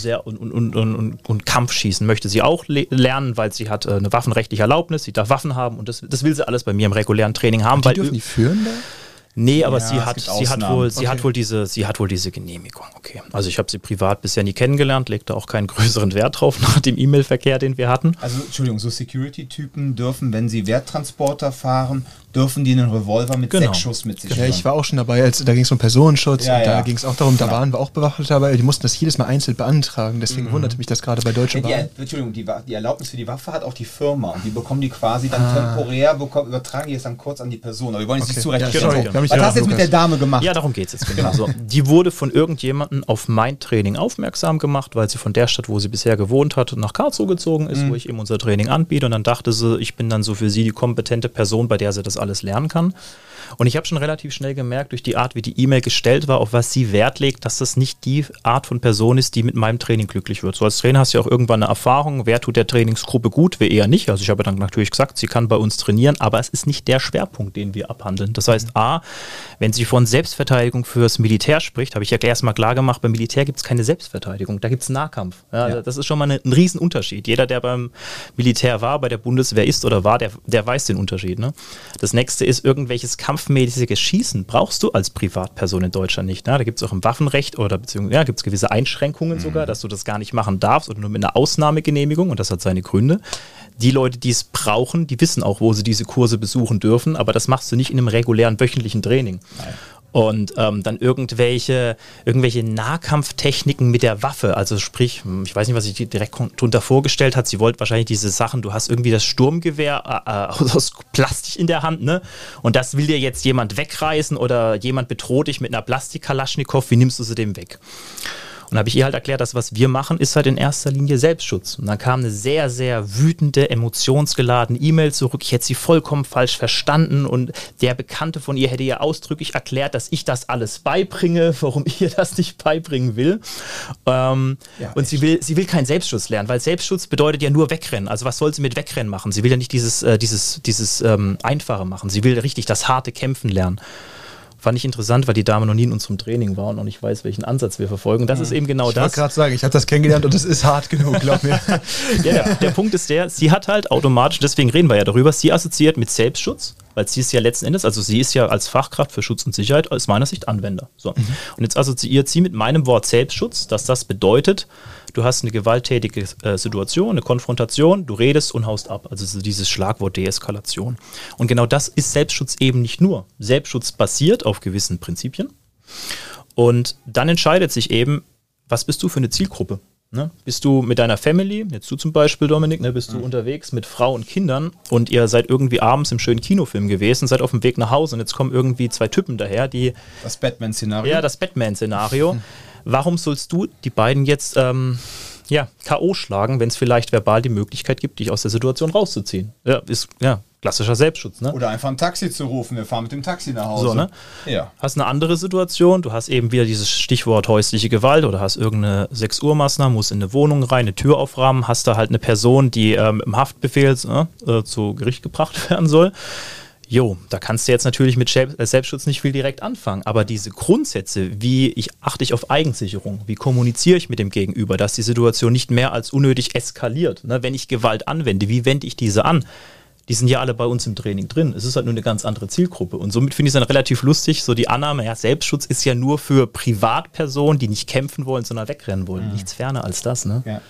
und Kampfschießen möchte sie auch lernen, weil sie hat eine waffenrechtliche Erlaubnis, sie darf Waffen haben und das will sie alles bei mir im regulären Training haben. Und die dürfen die führen da? Nee, aber sie hat wohl diese Genehmigung. Okay. Also ich habe sie privat bisher nie kennengelernt, legte auch keinen größeren Wert drauf nach dem E-Mail-Verkehr, den wir hatten. Also Entschuldigung, so Security-Typen dürfen, wenn sie Werttransporter fahren, dürfen die einen Revolver mit 6 Schuss mit sich führen. Ja, ich war auch schon dabei, da ging es um Personenschutz und da ging es auch darum, da waren wir auch bewaffnet dabei, die mussten das jedes Mal einzeln beantragen, deswegen wunderte mich das gerade bei Deutschen Bahn. Entschuldigung, die Erlaubnis für die Waffe hat auch die Firma und die bekommen die quasi dann temporär, übertragen die es dann kurz an die Person, aber wir wollen jetzt nicht zu recht. Was hast du jetzt mit der Dame gemacht? Ja, darum geht es jetzt genau so. Die wurde von irgendjemandem auf mein Training aufmerksam gemacht, weil sie von der Stadt, wo sie bisher gewohnt hat, nach Karlsruhe gezogen ist, wo ich eben unser Training anbiete. Und dann dachte sie, ich bin dann so für sie die kompetente Person, bei der sie das alles lernen kann. Und ich habe schon relativ schnell gemerkt, durch die Art, wie die E-Mail gestellt war, auf was sie Wert legt, dass das nicht die Art von Person ist, die mit meinem Training glücklich wird. So als Trainer hast du ja auch irgendwann eine Erfahrung, wer tut der Trainingsgruppe gut, wer eher nicht. Also ich habe dann natürlich gesagt, sie kann bei uns trainieren, aber es ist nicht der Schwerpunkt, den wir abhandeln. Das heißt, wenn sie von Selbstverteidigung fürs Militär spricht, habe ich ja erstmal klar gemacht, beim Militär gibt es keine Selbstverteidigung, da gibt es Nahkampf. Ja. Das ist schon mal ein Riesenunterschied. Jeder, der beim Militär war, bei der Bundeswehr ist oder war, der weiß den Unterschied. Ne? Das nächste ist irgendwelches kampfmäßiges Schießen brauchst du als Privatperson in Deutschland nicht. Ne? Da gibt es auch im Waffenrecht oder beziehungsweise gibt es gewisse Einschränkungen sogar, dass du das gar nicht machen darfst oder nur mit einer Ausnahmegenehmigung und das hat seine Gründe. Die Leute, die es brauchen, die wissen auch, wo sie diese Kurse besuchen dürfen, aber das machst du nicht in einem regulären wöchentlichen Training. Nein. Und dann irgendwelche Nahkampftechniken mit der Waffe, also sprich, ich weiß nicht, was sich direkt drunter vorgestellt hat, sie wollte wahrscheinlich diese Sachen, du hast irgendwie das Sturmgewehr aus Plastik in der Hand, ne? Und das will dir jetzt jemand wegreißen oder jemand bedroht dich mit einer Plastik-Kalaschnikow, wie nimmst du sie dem weg? Und habe ich ihr halt erklärt, dass was wir machen, ist halt in erster Linie Selbstschutz. Und dann kam eine sehr, sehr wütende, emotionsgeladene E-Mail zurück. Ich hätte sie vollkommen falsch verstanden und der Bekannte von ihr hätte ihr ausdrücklich erklärt, dass ich das alles beibringe, warum ich ihr das nicht beibringen will. Und sie will keinen Selbstschutz lernen, weil Selbstschutz bedeutet ja nur wegrennen. Also was soll sie mit wegrennen machen? Sie will ja nicht dieses Einfache machen. Sie will richtig das harte Kämpfen lernen. Fand ich interessant, weil die Dame noch nie in unserem Training war und noch nicht weiß, welchen Ansatz wir verfolgen. Und das ist eben genau das. Ich wollte gerade sagen, ich habe das kennengelernt und es ist hart genug, glaub mir. Der Punkt ist sie hat halt automatisch, deswegen reden wir ja darüber, sie assoziiert mit Selbstschutz, weil sie ist ja letzten Endes, also sie ist ja als Fachkraft für Schutz und Sicherheit aus meiner Sicht Anwender. So. Und jetzt assoziiert sie mit meinem Wort Selbstschutz, dass das bedeutet, du hast eine gewalttätige Situation, eine Konfrontation, du redest und haust ab. Also so dieses Schlagwort Deeskalation. Und genau das ist Selbstschutz eben nicht nur. Selbstschutz basiert auf gewissen Prinzipien. Und dann entscheidet sich eben, was bist du für eine Zielgruppe? Ne? Bist du mit deiner Family, jetzt du zum Beispiel, Dominik, ne, bist du unterwegs mit Frau und Kindern und ihr seid irgendwie abends im schönen Kinofilm gewesen, seid auf dem Weg nach Hause und jetzt kommen irgendwie zwei Typen daher, die... Das Batman-Szenario. Ja, das Batman-Szenario. Warum sollst du die beiden jetzt K.O. schlagen, wenn es vielleicht verbal die Möglichkeit gibt, dich aus der Situation rauszuziehen? Ja, ist klassischer Selbstschutz. Ne? Oder einfach ein Taxi zu rufen, wir fahren mit dem Taxi nach Hause. So, ne? Ja. Hast eine andere Situation, du hast eben wieder dieses Stichwort häusliche Gewalt oder hast irgendeine 6-Uhr-Maßnahme, musst in eine Wohnung rein, eine Tür aufrahmen, hast da halt eine Person, die im Haftbefehl zu Gericht gebracht werden soll. Jo, da kannst du jetzt natürlich mit Selbstschutz nicht viel direkt anfangen, aber diese Grundsätze, achte ich auf Eigensicherung, wie kommuniziere ich mit dem Gegenüber, dass die Situation nicht mehr als unnötig eskaliert. Ne? Wenn ich Gewalt anwende, wie wende ich diese an? Die sind ja alle bei uns im Training drin. Es ist halt nur eine ganz andere Zielgruppe. Und somit finde ich es dann relativ lustig, so die Annahme, Selbstschutz ist ja nur für Privatpersonen, die nicht kämpfen wollen, sondern wegrennen wollen. Mhm. Nichts ferner als das, ne? Ja.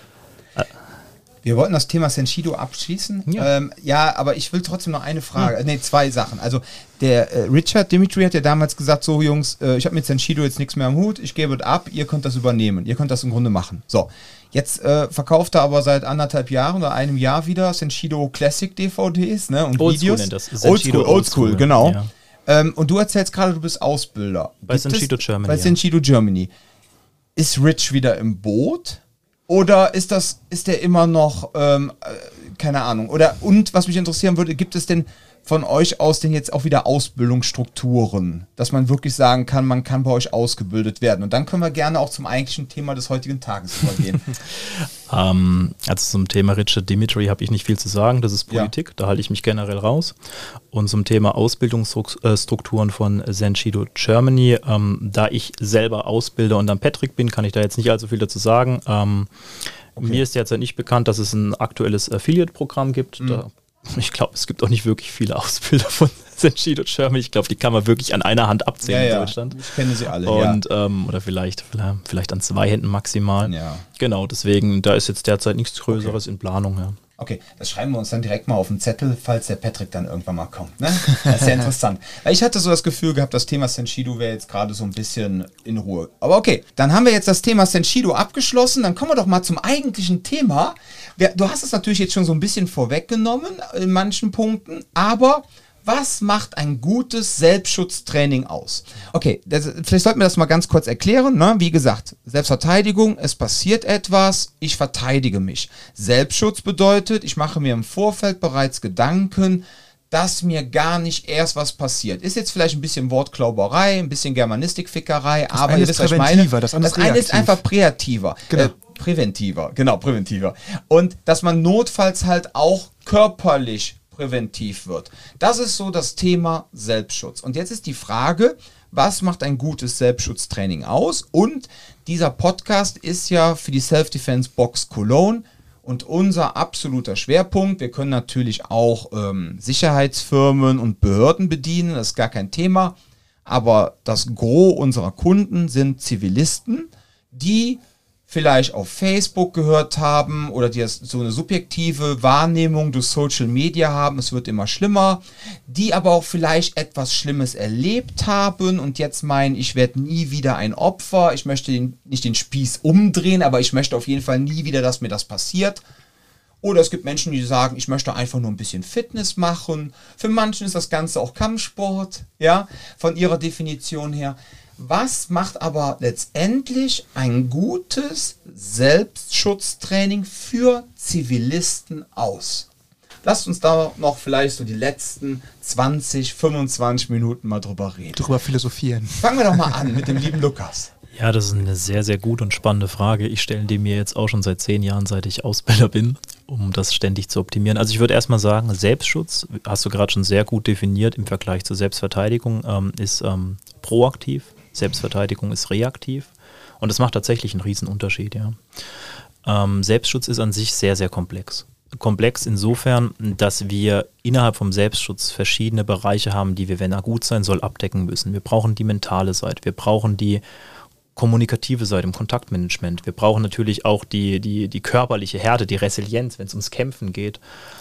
Wir wollten das Thema Senshido abschließen. Ja. Aber ich will trotzdem noch eine Frage, zwei Sachen. Also der Richard Dimitri hat ja damals gesagt, so Jungs, ich habe mit Senshido jetzt nichts mehr am Hut, ich gebe es ab, ihr könnt das übernehmen, ihr könnt das im Grunde machen. So, jetzt verkauft er aber seit 1,5 Jahren oder einem Jahr wieder Senshido Classic DVDs, ne, und Oldschool Videos. Nennt das. Oldschool, genau. Ja. Und du erzählst gerade, du bist Ausbilder. Bei Senshido Germany. Bei Senshido Germany. Ist Rich wieder im Boot? Oder ist der immer noch, keine Ahnung, und was mich interessieren würde, gibt es denn von euch aus denn jetzt auch wieder Ausbildungsstrukturen, dass man wirklich sagen kann, man kann bei euch ausgebildet werden? Und dann können wir gerne auch zum eigentlichen Thema des heutigen Tages übergehen. Also zum Thema Richard Dimitri habe ich nicht viel zu sagen, das ist Politik, da halte ich mich generell raus. Und zum Thema Ausbildungsstrukturen von Senshido Germany, da ich selber Ausbilder und dann Patrick bin, kann ich da jetzt nicht allzu viel dazu sagen. Okay. Mir ist derzeit nicht bekannt, dass es ein aktuelles Affiliate-Programm gibt. Ich glaube, es gibt auch nicht wirklich viele Ausbilder von Senshido Germany. Ich glaube, die kann man wirklich an einer Hand abzählen in Deutschland. Ich kenne sie alle, und, oder vielleicht an 2 Händen maximal. Ja. Genau, deswegen, da ist jetzt derzeit nichts Größeres in Planung. Ja. Okay, das schreiben wir uns dann direkt mal auf den Zettel, falls der Patrick dann irgendwann mal kommt. Ne? Das ist ja interessant. Weil ich hatte so das Gefühl gehabt, das Thema Senshido wäre jetzt gerade so ein bisschen in Ruhe. Aber okay, dann haben wir jetzt das Thema Senshido abgeschlossen. Dann kommen wir doch mal zum eigentlichen Thema. Du hast es natürlich jetzt schon so ein bisschen vorweggenommen in manchen Punkten, aber Was macht ein gutes Selbstschutztraining aus? Okay, vielleicht sollten wir das mal ganz kurz erklären. Ne? Wie gesagt, Selbstverteidigung, es passiert etwas, ich verteidige mich. Selbstschutz bedeutet, ich mache mir im Vorfeld bereits Gedanken, dass mir gar nicht erst was passiert. Ist jetzt vielleicht ein bisschen Wortklauberei, ein bisschen Germanistikfickerei, aber ihr wisst, was ich meine. Das eine ist einfach präventiver. Genau. Präventiver. Und dass man notfalls halt auch körperlich präventiv wird. Das ist so das Thema Selbstschutz. Und jetzt ist die Frage, was macht ein gutes Selbstschutztraining aus? Und dieser Podcast ist ja für die Self-Defense Box Cologne und unser absoluter Schwerpunkt. Wir können natürlich auch Sicherheitsfirmen und Behörden bedienen, das ist gar kein Thema. Aber das Gros unserer Kunden sind Zivilisten, die vielleicht auf Facebook gehört haben oder die so eine subjektive Wahrnehmung durch Social Media haben, es wird immer schlimmer, die aber auch vielleicht etwas Schlimmes erlebt haben und jetzt meinen, ich werde nie wieder ein Opfer, ich möchte nicht den Spieß umdrehen, aber ich möchte auf jeden Fall nie wieder, dass mir das passiert. Oder es gibt Menschen, die sagen, ich möchte einfach nur ein bisschen Fitness machen. Für manchen ist das Ganze auch Kampfsport, ja, von ihrer Definition her. Was macht aber letztendlich ein gutes Selbstschutztraining für Zivilisten aus? Lasst uns da noch vielleicht so die letzten 20, 25 Minuten mal drüber reden. Drüber philosophieren. Fangen wir doch mal an mit dem lieben Lukas. Ja, das ist eine sehr, sehr gute und spannende Frage. Ich stelle die mir jetzt auch schon seit 10 Jahren, seit ich Ausbilder bin, um das ständig zu optimieren. Also ich würde erstmal sagen, Selbstschutz, hast du gerade schon sehr gut definiert im Vergleich zur Selbstverteidigung, ist proaktiv. Selbstverteidigung ist reaktiv und das macht tatsächlich einen riesen Unterschied. Ja. Selbstschutz ist an sich sehr, sehr komplex. Komplex insofern, dass wir innerhalb vom Selbstschutz verschiedene Bereiche haben, die wir, wenn er gut sein soll, abdecken müssen. Wir brauchen die mentale Seite, wir brauchen die kommunikative Seite im Kontaktmanagement, wir brauchen natürlich auch die körperliche Härte, die Resilienz, wenn es ums Kämpfen geht.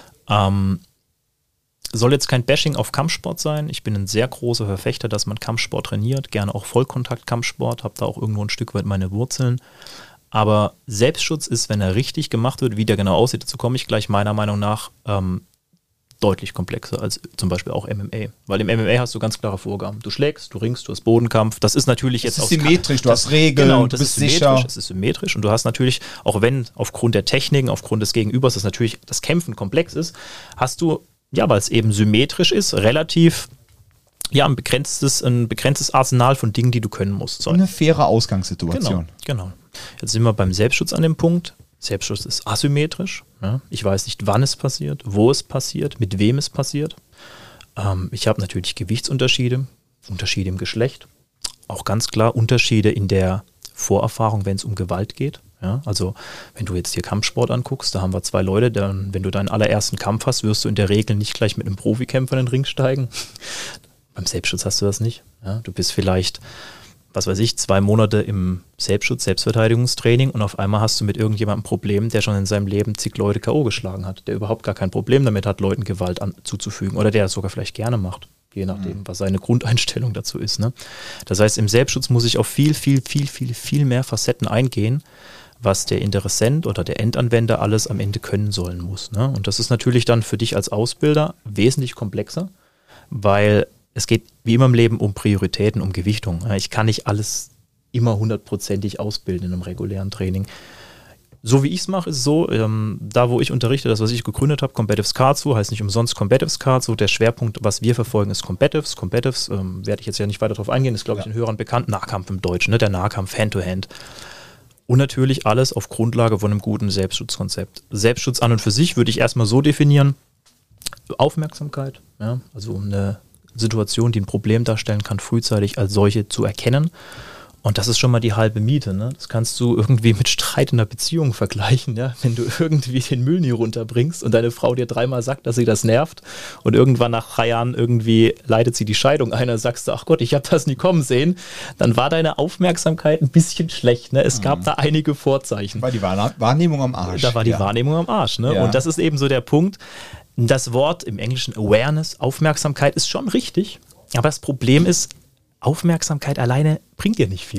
Soll jetzt kein Bashing auf Kampfsport sein. Ich bin ein sehr großer Verfechter, dass man Kampfsport trainiert, gerne auch Vollkontakt-Kampfsport, habe da auch irgendwo ein Stück weit meine Wurzeln. Aber Selbstschutz ist, wenn er richtig gemacht wird, wie der genau aussieht, dazu komme ich gleich meiner Meinung nach, deutlich komplexer als zum Beispiel auch MMA. Weil im MMA hast du ganz klare Vorgaben. Du schlägst, du ringst, du hast Bodenkampf. Das ist natürlich jetzt auch symmetrisch, du hast Regeln, genau, du bist sicher. Das ist symmetrisch und du hast natürlich, auch wenn aufgrund der Techniken, aufgrund des Gegenübers, das natürlich das Kämpfen komplex ist, hast du, ja, weil es eben symmetrisch ist, relativ ein begrenztes Arsenal von Dingen, die du können musst. Eine faire Ausgangssituation. Genau. Jetzt sind wir beim Selbstschutz an dem Punkt. Selbstschutz ist asymmetrisch. Ja? Ich weiß nicht, wann es passiert, wo es passiert, mit wem es passiert. Ich habe natürlich Gewichtsunterschiede, Unterschiede im Geschlecht. Auch ganz klar Unterschiede in der Vorerfahrung, wenn es um Gewalt geht. Ja, also wenn du jetzt dir Kampfsport anguckst, da haben wir 2 Leute, wenn du deinen allerersten Kampf hast, wirst du in der Regel nicht gleich mit einem Profikämpfer in den Ring steigen. Beim Selbstschutz hast du das nicht. Ja, du bist vielleicht, 2 Monate im Selbstschutz, Selbstverteidigungstraining und auf einmal hast du mit irgendjemandem ein Problem, der schon in seinem Leben zig Leute K.O. geschlagen hat, der überhaupt gar kein Problem damit hat, Leuten Gewalt zuzufügen oder der das sogar vielleicht gerne macht. Je nachdem, was seine Grundeinstellung dazu ist. Ne? Das heißt, im Selbstschutz muss ich auf viel mehr Facetten eingehen, was der Interessent oder der Endanwender alles am Ende können sollen muss. Ne? Und das ist natürlich dann für dich als Ausbilder wesentlich komplexer, weil es geht wie immer im Leben um Prioritäten, um Gewichtung. Ich kann nicht alles immer 100%ig ausbilden in einem regulären Training. So wie ich es mache, ist es so, da wo ich unterrichte, das was ich gegründet habe, Combatives Karlsruhe, heißt nicht umsonst Combatives Karlsruhe, der Schwerpunkt, was wir verfolgen, ist Combatives. Combatives, werde ich jetzt ja nicht weiter drauf eingehen, ist glaube ich den Hörern bekannt, Nahkampf im Deutschen, ne? Der Nahkampf Hand-to-Hand. Und natürlich alles auf Grundlage von einem guten Selbstschutzkonzept. Selbstschutz an und für sich würde ich erstmal so definieren, Aufmerksamkeit, ja? Also eine Situation, die ein Problem darstellen kann, frühzeitig als solche zu erkennen. Und das ist schon mal die halbe Miete. Ne? Das kannst du irgendwie mit Streit in einer Beziehung vergleichen. Ja? Wenn du irgendwie den Müll nie runterbringst und deine Frau dir 3-mal sagt, dass sie das nervt und irgendwann nach 3 Jahren irgendwie leitet sie die Scheidung ein, dann sagst du, ach Gott, ich habe das nie kommen sehen, dann war deine Aufmerksamkeit ein bisschen schlecht. Ne? Es gab da einige Vorzeichen. War die Wahrnehmung am Arsch. Da war die Wahrnehmung am Arsch. Ne? Ja. Und das ist eben so der Punkt. Das Wort im Englischen Awareness, Aufmerksamkeit ist schon richtig, aber das Problem ist, Aufmerksamkeit alleine bringt dir nicht viel.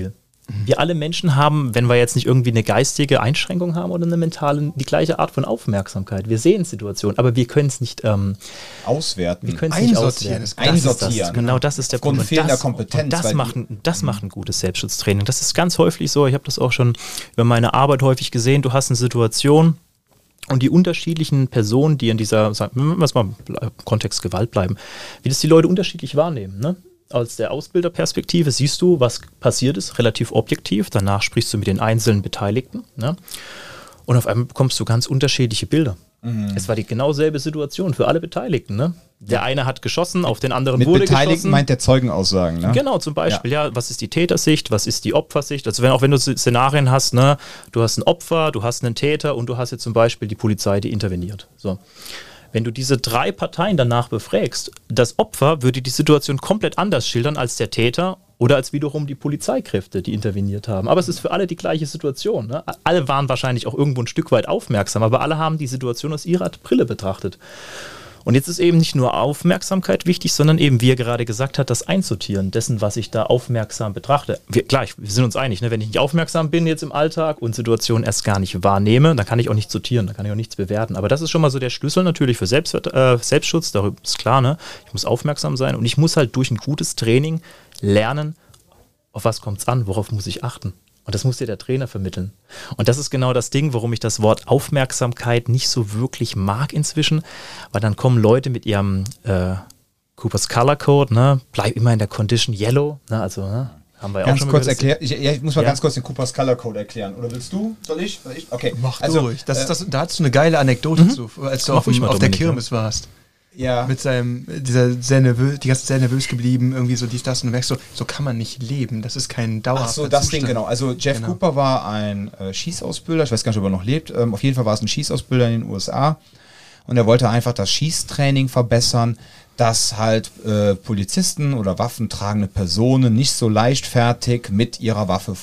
Wir alle Menschen haben, wenn wir jetzt nicht irgendwie eine geistige Einschränkung haben oder eine mentale, die gleiche Art von Aufmerksamkeit. Wir sehen Situationen, aber wir können es nicht auswerten. Wir können es nicht auswerten. Einsortieren. Genau, das ist der Punkt. Aufgrund fehlender Kompetenz. Das macht ein gutes Selbstschutztraining. Das ist ganz häufig so. Ich habe das auch schon über meine Arbeit häufig gesehen. Du hast eine Situation und die unterschiedlichen Personen, die in dieser, sagen wir mal, Kontext Gewalt bleiben, wie das die Leute unterschiedlich wahrnehmen, ne? Aus der Ausbilderperspektive siehst du, was passiert ist, relativ objektiv. Danach sprichst du mit den einzelnen Beteiligten. Ne? Und auf einmal bekommst du ganz unterschiedliche Bilder. Es war die genau selbe Situation für alle Beteiligten. Ne? Der eine hat geschossen, auf den anderen wurde geschossen. Mit Beteiligten meint der Zeugenaussagen. Ne? Genau, zum Beispiel. Ja, was ist die Tätersicht, was ist die Opfersicht? Also wenn du Szenarien hast, ne, du hast ein Opfer, du hast einen Täter und du hast jetzt zum Beispiel die Polizei, die interveniert. So. Wenn du diese 3 Parteien danach befragst, das Opfer würde die Situation komplett anders schildern als der Täter oder als wiederum die Polizeikräfte, die interveniert haben. Aber es ist für alle die gleiche Situation. Ne? Alle waren wahrscheinlich auch irgendwo ein Stück weit aufmerksam, aber alle haben die Situation aus ihrer Brille betrachtet. Und jetzt ist eben nicht nur Aufmerksamkeit wichtig, sondern eben, wie er gerade gesagt hat, das Einsortieren dessen, was ich da aufmerksam betrachte. Wir sind uns einig, ne? Wenn ich nicht aufmerksam bin jetzt im Alltag und Situationen erst gar nicht wahrnehme, dann kann ich auch nicht sortieren, dann kann ich auch nichts bewerten. Aber das ist schon mal so der Schlüssel natürlich für Selbstschutz, darüber ist klar, ne? Ich muss aufmerksam sein und ich muss halt durch ein gutes Training lernen, auf was kommt es an, worauf muss ich achten. Und das muss dir der Trainer vermitteln. Und das ist genau das Ding, warum ich das Wort Aufmerksamkeit nicht so wirklich mag inzwischen, weil dann kommen Leute mit ihrem Cooper's Color Code, ne, bleib immer in der Condition Yellow, ne, also, ne, haben wir ja auch schon mal kurz erklären. Ich muss mal ganz kurz den Cooper's Color Code erklären. Oder willst du? Soll ich? Okay. Mach durch. Da hattest du eine geile Anekdote zu, als du auf der Kirmes warst. Ja. Mit die ganze Zeit sehr nervös geblieben, irgendwie so dies, das, und du merkst so kann man nicht leben, das ist kein dauerhafter Ach so, das Zustand. Ding, genau. Also Jeff Cooper war ein Schießausbilder, ich weiß gar nicht, ob er noch lebt, auf jeden Fall war es ein Schießausbilder in den USA und er wollte einfach das Schießtraining verbessern, dass halt Polizisten oder waffentragende Personen nicht so leichtfertig mit ihrer Waffe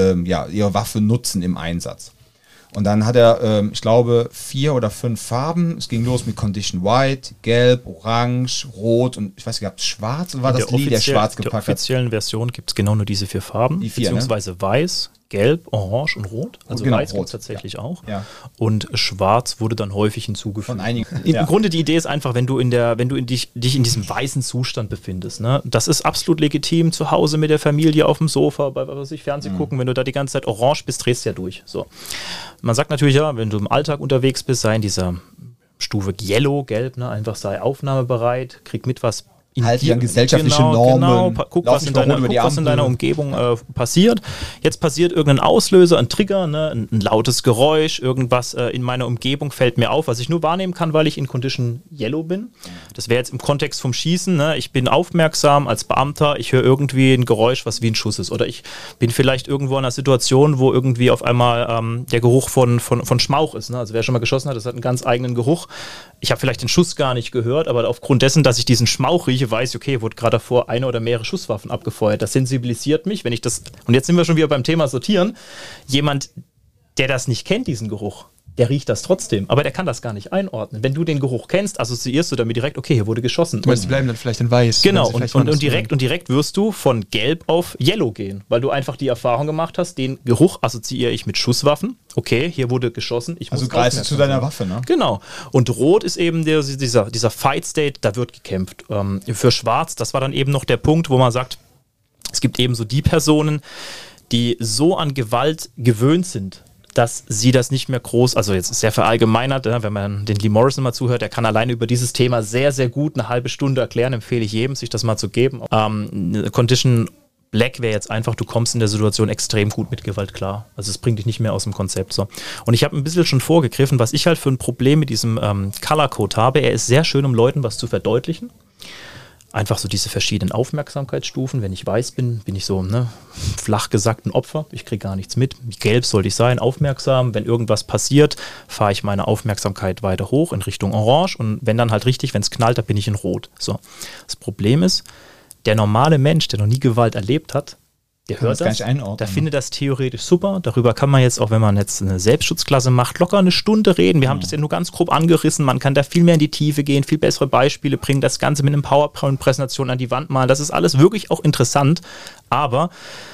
ihre Waffe nutzen im Einsatz. Und dann hat er, ich glaube, 4 oder 5 Farben. Es ging los mit Condition White, Gelb, Orange, Rot und ich weiß nicht, gab es Schwarz oder war das Lee, der schwarz gepackt hat? In der offiziellen Version gibt es genau nur diese 4 Farben, die 4, beziehungsweise ne? Weiß, Gelb, Orange und Rot. Also genau, Weiß gibt es tatsächlich auch. Ja. Und Schwarz wurde dann häufig hinzugefügt. Von einigen. Im Grunde die Idee ist einfach, wenn du dich in diesem weißen Zustand befindest, ne, das ist absolut legitim, zu Hause mit der Familie auf dem Sofa, bei Fernsehen gucken, wenn du da die ganze Zeit orange bist, drehst du ja durch. So. Man sagt natürlich, ja, wenn du im Alltag unterwegs bist, sei in dieser Stufe Yellow, Gelb, ne, einfach sei aufnahmebereit, krieg mit, was halt die an gesellschaftliche Normen. Guck, was in deiner Umgebung passiert. Jetzt passiert irgendein Auslöser, ein Trigger, ne, ein lautes Geräusch, irgendwas in meiner Umgebung fällt mir auf, was ich nur wahrnehmen kann, weil ich in Condition Yellow bin. Das wäre jetzt im Kontext vom Schießen. Ne, ich bin aufmerksam als Beamter, ich höre irgendwie ein Geräusch, was wie ein Schuss ist. Oder ich bin vielleicht irgendwo in einer Situation, wo irgendwie auf einmal der Geruch von Schmauch ist. Ne? Also wer schon mal geschossen hat, das hat einen ganz eigenen Geruch. Ich habe vielleicht den Schuss gar nicht gehört, aber aufgrund dessen, dass ich diesen Schmauch rieche, weiß ich, okay, wurde gerade davor eine oder mehrere Schusswaffen abgefeuert. Das sensibilisiert mich, wenn ich das, und jetzt sind wir schon wieder beim Thema Sortieren, jemand, der das nicht kennt, diesen Geruch, der riecht das trotzdem, aber der kann das gar nicht einordnen. Wenn du den Geruch kennst, assoziierst du damit direkt, okay, hier wurde geschossen. Du meinst, die bleiben dann vielleicht in weiß. Genau, und direkt wirst du von Gelb auf Yellow gehen, weil du einfach die Erfahrung gemacht hast, den Geruch assoziiere ich mit Schusswaffen. Okay, hier wurde geschossen. Also greifst du zu deiner Waffe, ne? Genau. Und Rot ist eben dieser Fight-State, da wird gekämpft. Für Schwarz, das war dann eben noch der Punkt, wo man sagt, es gibt eben so die Personen, die so an Gewalt gewöhnt sind, dass sie das nicht mehr groß, also jetzt sehr verallgemeinert, wenn man den Lee Morrison mal zuhört, der kann alleine über dieses Thema sehr, sehr gut eine halbe Stunde erklären, empfehle ich jedem, sich das mal zu geben. Condition Black wäre jetzt einfach, du kommst in der Situation extrem gut mit Gewalt klar. Also es bringt dich nicht mehr aus dem Konzept. So. Und ich habe ein bisschen schon vorgegriffen, was ich halt für ein Problem mit diesem Color Code habe. Er ist sehr schön, um Leuten was zu verdeutlichen. Einfach so diese verschiedenen Aufmerksamkeitsstufen. Wenn ich weiß bin, bin ich so flach gesagt ein Opfer. Ich kriege gar nichts mit. Wie gelb sollte ich sein? Aufmerksam. Wenn irgendwas passiert, fahre ich meine Aufmerksamkeit weiter hoch in Richtung Orange. Und wenn dann halt richtig, wenn es knallt, dann bin ich in Rot. So. Das Problem ist, der normale Mensch, der noch nie Gewalt erlebt hat, der hört das, der findet das theoretisch super. Darüber kann man jetzt auch, wenn man jetzt eine Selbstschutzklasse macht, locker eine Stunde reden. Wir haben das ja nur ganz grob angerissen. Man kann da viel mehr in die Tiefe gehen, viel bessere Beispiele bringen, das Ganze mit einem PowerPoint-Präsentation an die Wand malen. Das ist alles wirklich auch interessant. Aber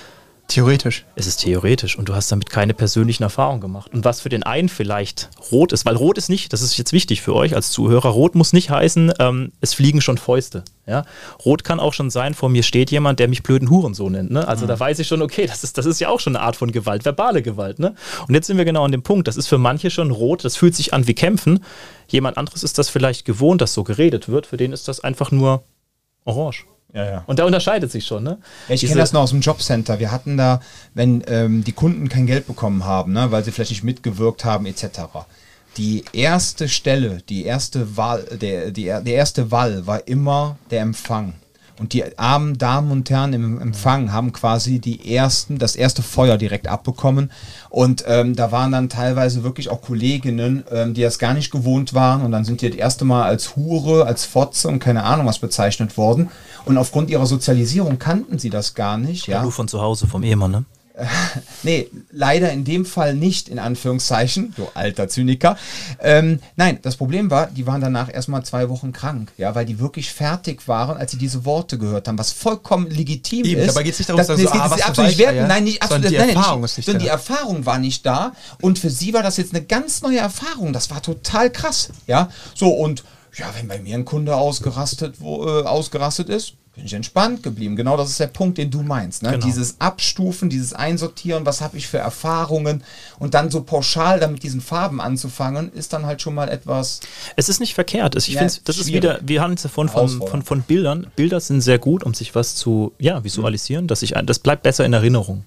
Theoretisch. Es ist theoretisch und du hast damit keine persönlichen Erfahrungen gemacht. Und was für den einen vielleicht rot ist, weil rot ist nicht, das ist jetzt wichtig für euch als Zuhörer, rot muss nicht heißen, es fliegen schon Fäuste. Ja? Rot kann auch schon sein, vor mir steht jemand, der mich blöden Hurensohn nennt. Ne? Also da weiß ich schon, okay, das ist ja auch schon eine Art von Gewalt, verbale Gewalt. Ne? Und jetzt sind wir genau an dem Punkt, das ist für manche schon rot, das fühlt sich an wie Kämpfen. Jemand anderes ist das vielleicht gewohnt, dass so geredet wird, für den ist das einfach nur orange. Ja. Und da unterscheidet sich schon, ne? Ja, ich kenne das noch aus dem Jobcenter. Wir hatten da, wenn die Kunden kein Geld bekommen haben, ne, weil sie vielleicht nicht mitgewirkt haben, etc. Die erste Stelle, die erste Wahl, der erste Wall war immer der Empfang. Und die armen Damen und Herren im Empfang haben quasi das erste Feuer direkt abbekommen. Und da waren dann teilweise wirklich auch Kolleginnen, die das gar nicht gewohnt waren. Und dann sind die das erste Mal als Hure, als Fotze und keine Ahnung was bezeichnet worden. Und aufgrund ihrer Sozialisierung kannten sie das gar nicht. Ja, du von zu Hause, vom Ehemann, ne? Nee, leider in dem Fall nicht, in Anführungszeichen, du alter Zyniker. Nein, das Problem war, die waren danach erstmal 2 Wochen krank, ja, weil die wirklich fertig waren, als sie diese Worte gehört haben, was vollkommen legitim ist. Dabei geht es nicht darum, dass sie absolut nicht werten, nein, nicht absolut, die Erfahrung ist nicht da. Die Erfahrung war nicht da und für sie war das jetzt eine ganz neue Erfahrung, das war total krass, ja, so und ja, wenn bei mir ein Kunde ausgerastet ist, bin ich entspannt geblieben. Genau, das ist der Punkt, den du meinst. Ne? Genau. Dieses Abstufen, dieses Einsortieren, was habe ich für Erfahrungen und dann so pauschal dann mit diesen Farben anzufangen, ist dann halt schon mal etwas... Es ist nicht verkehrt. Ich finde, das ist schwierig. wieder, wir haben es ja von Bildern. Bilder sind sehr gut, um sich was zu visualisieren. Das bleibt besser in Erinnerung.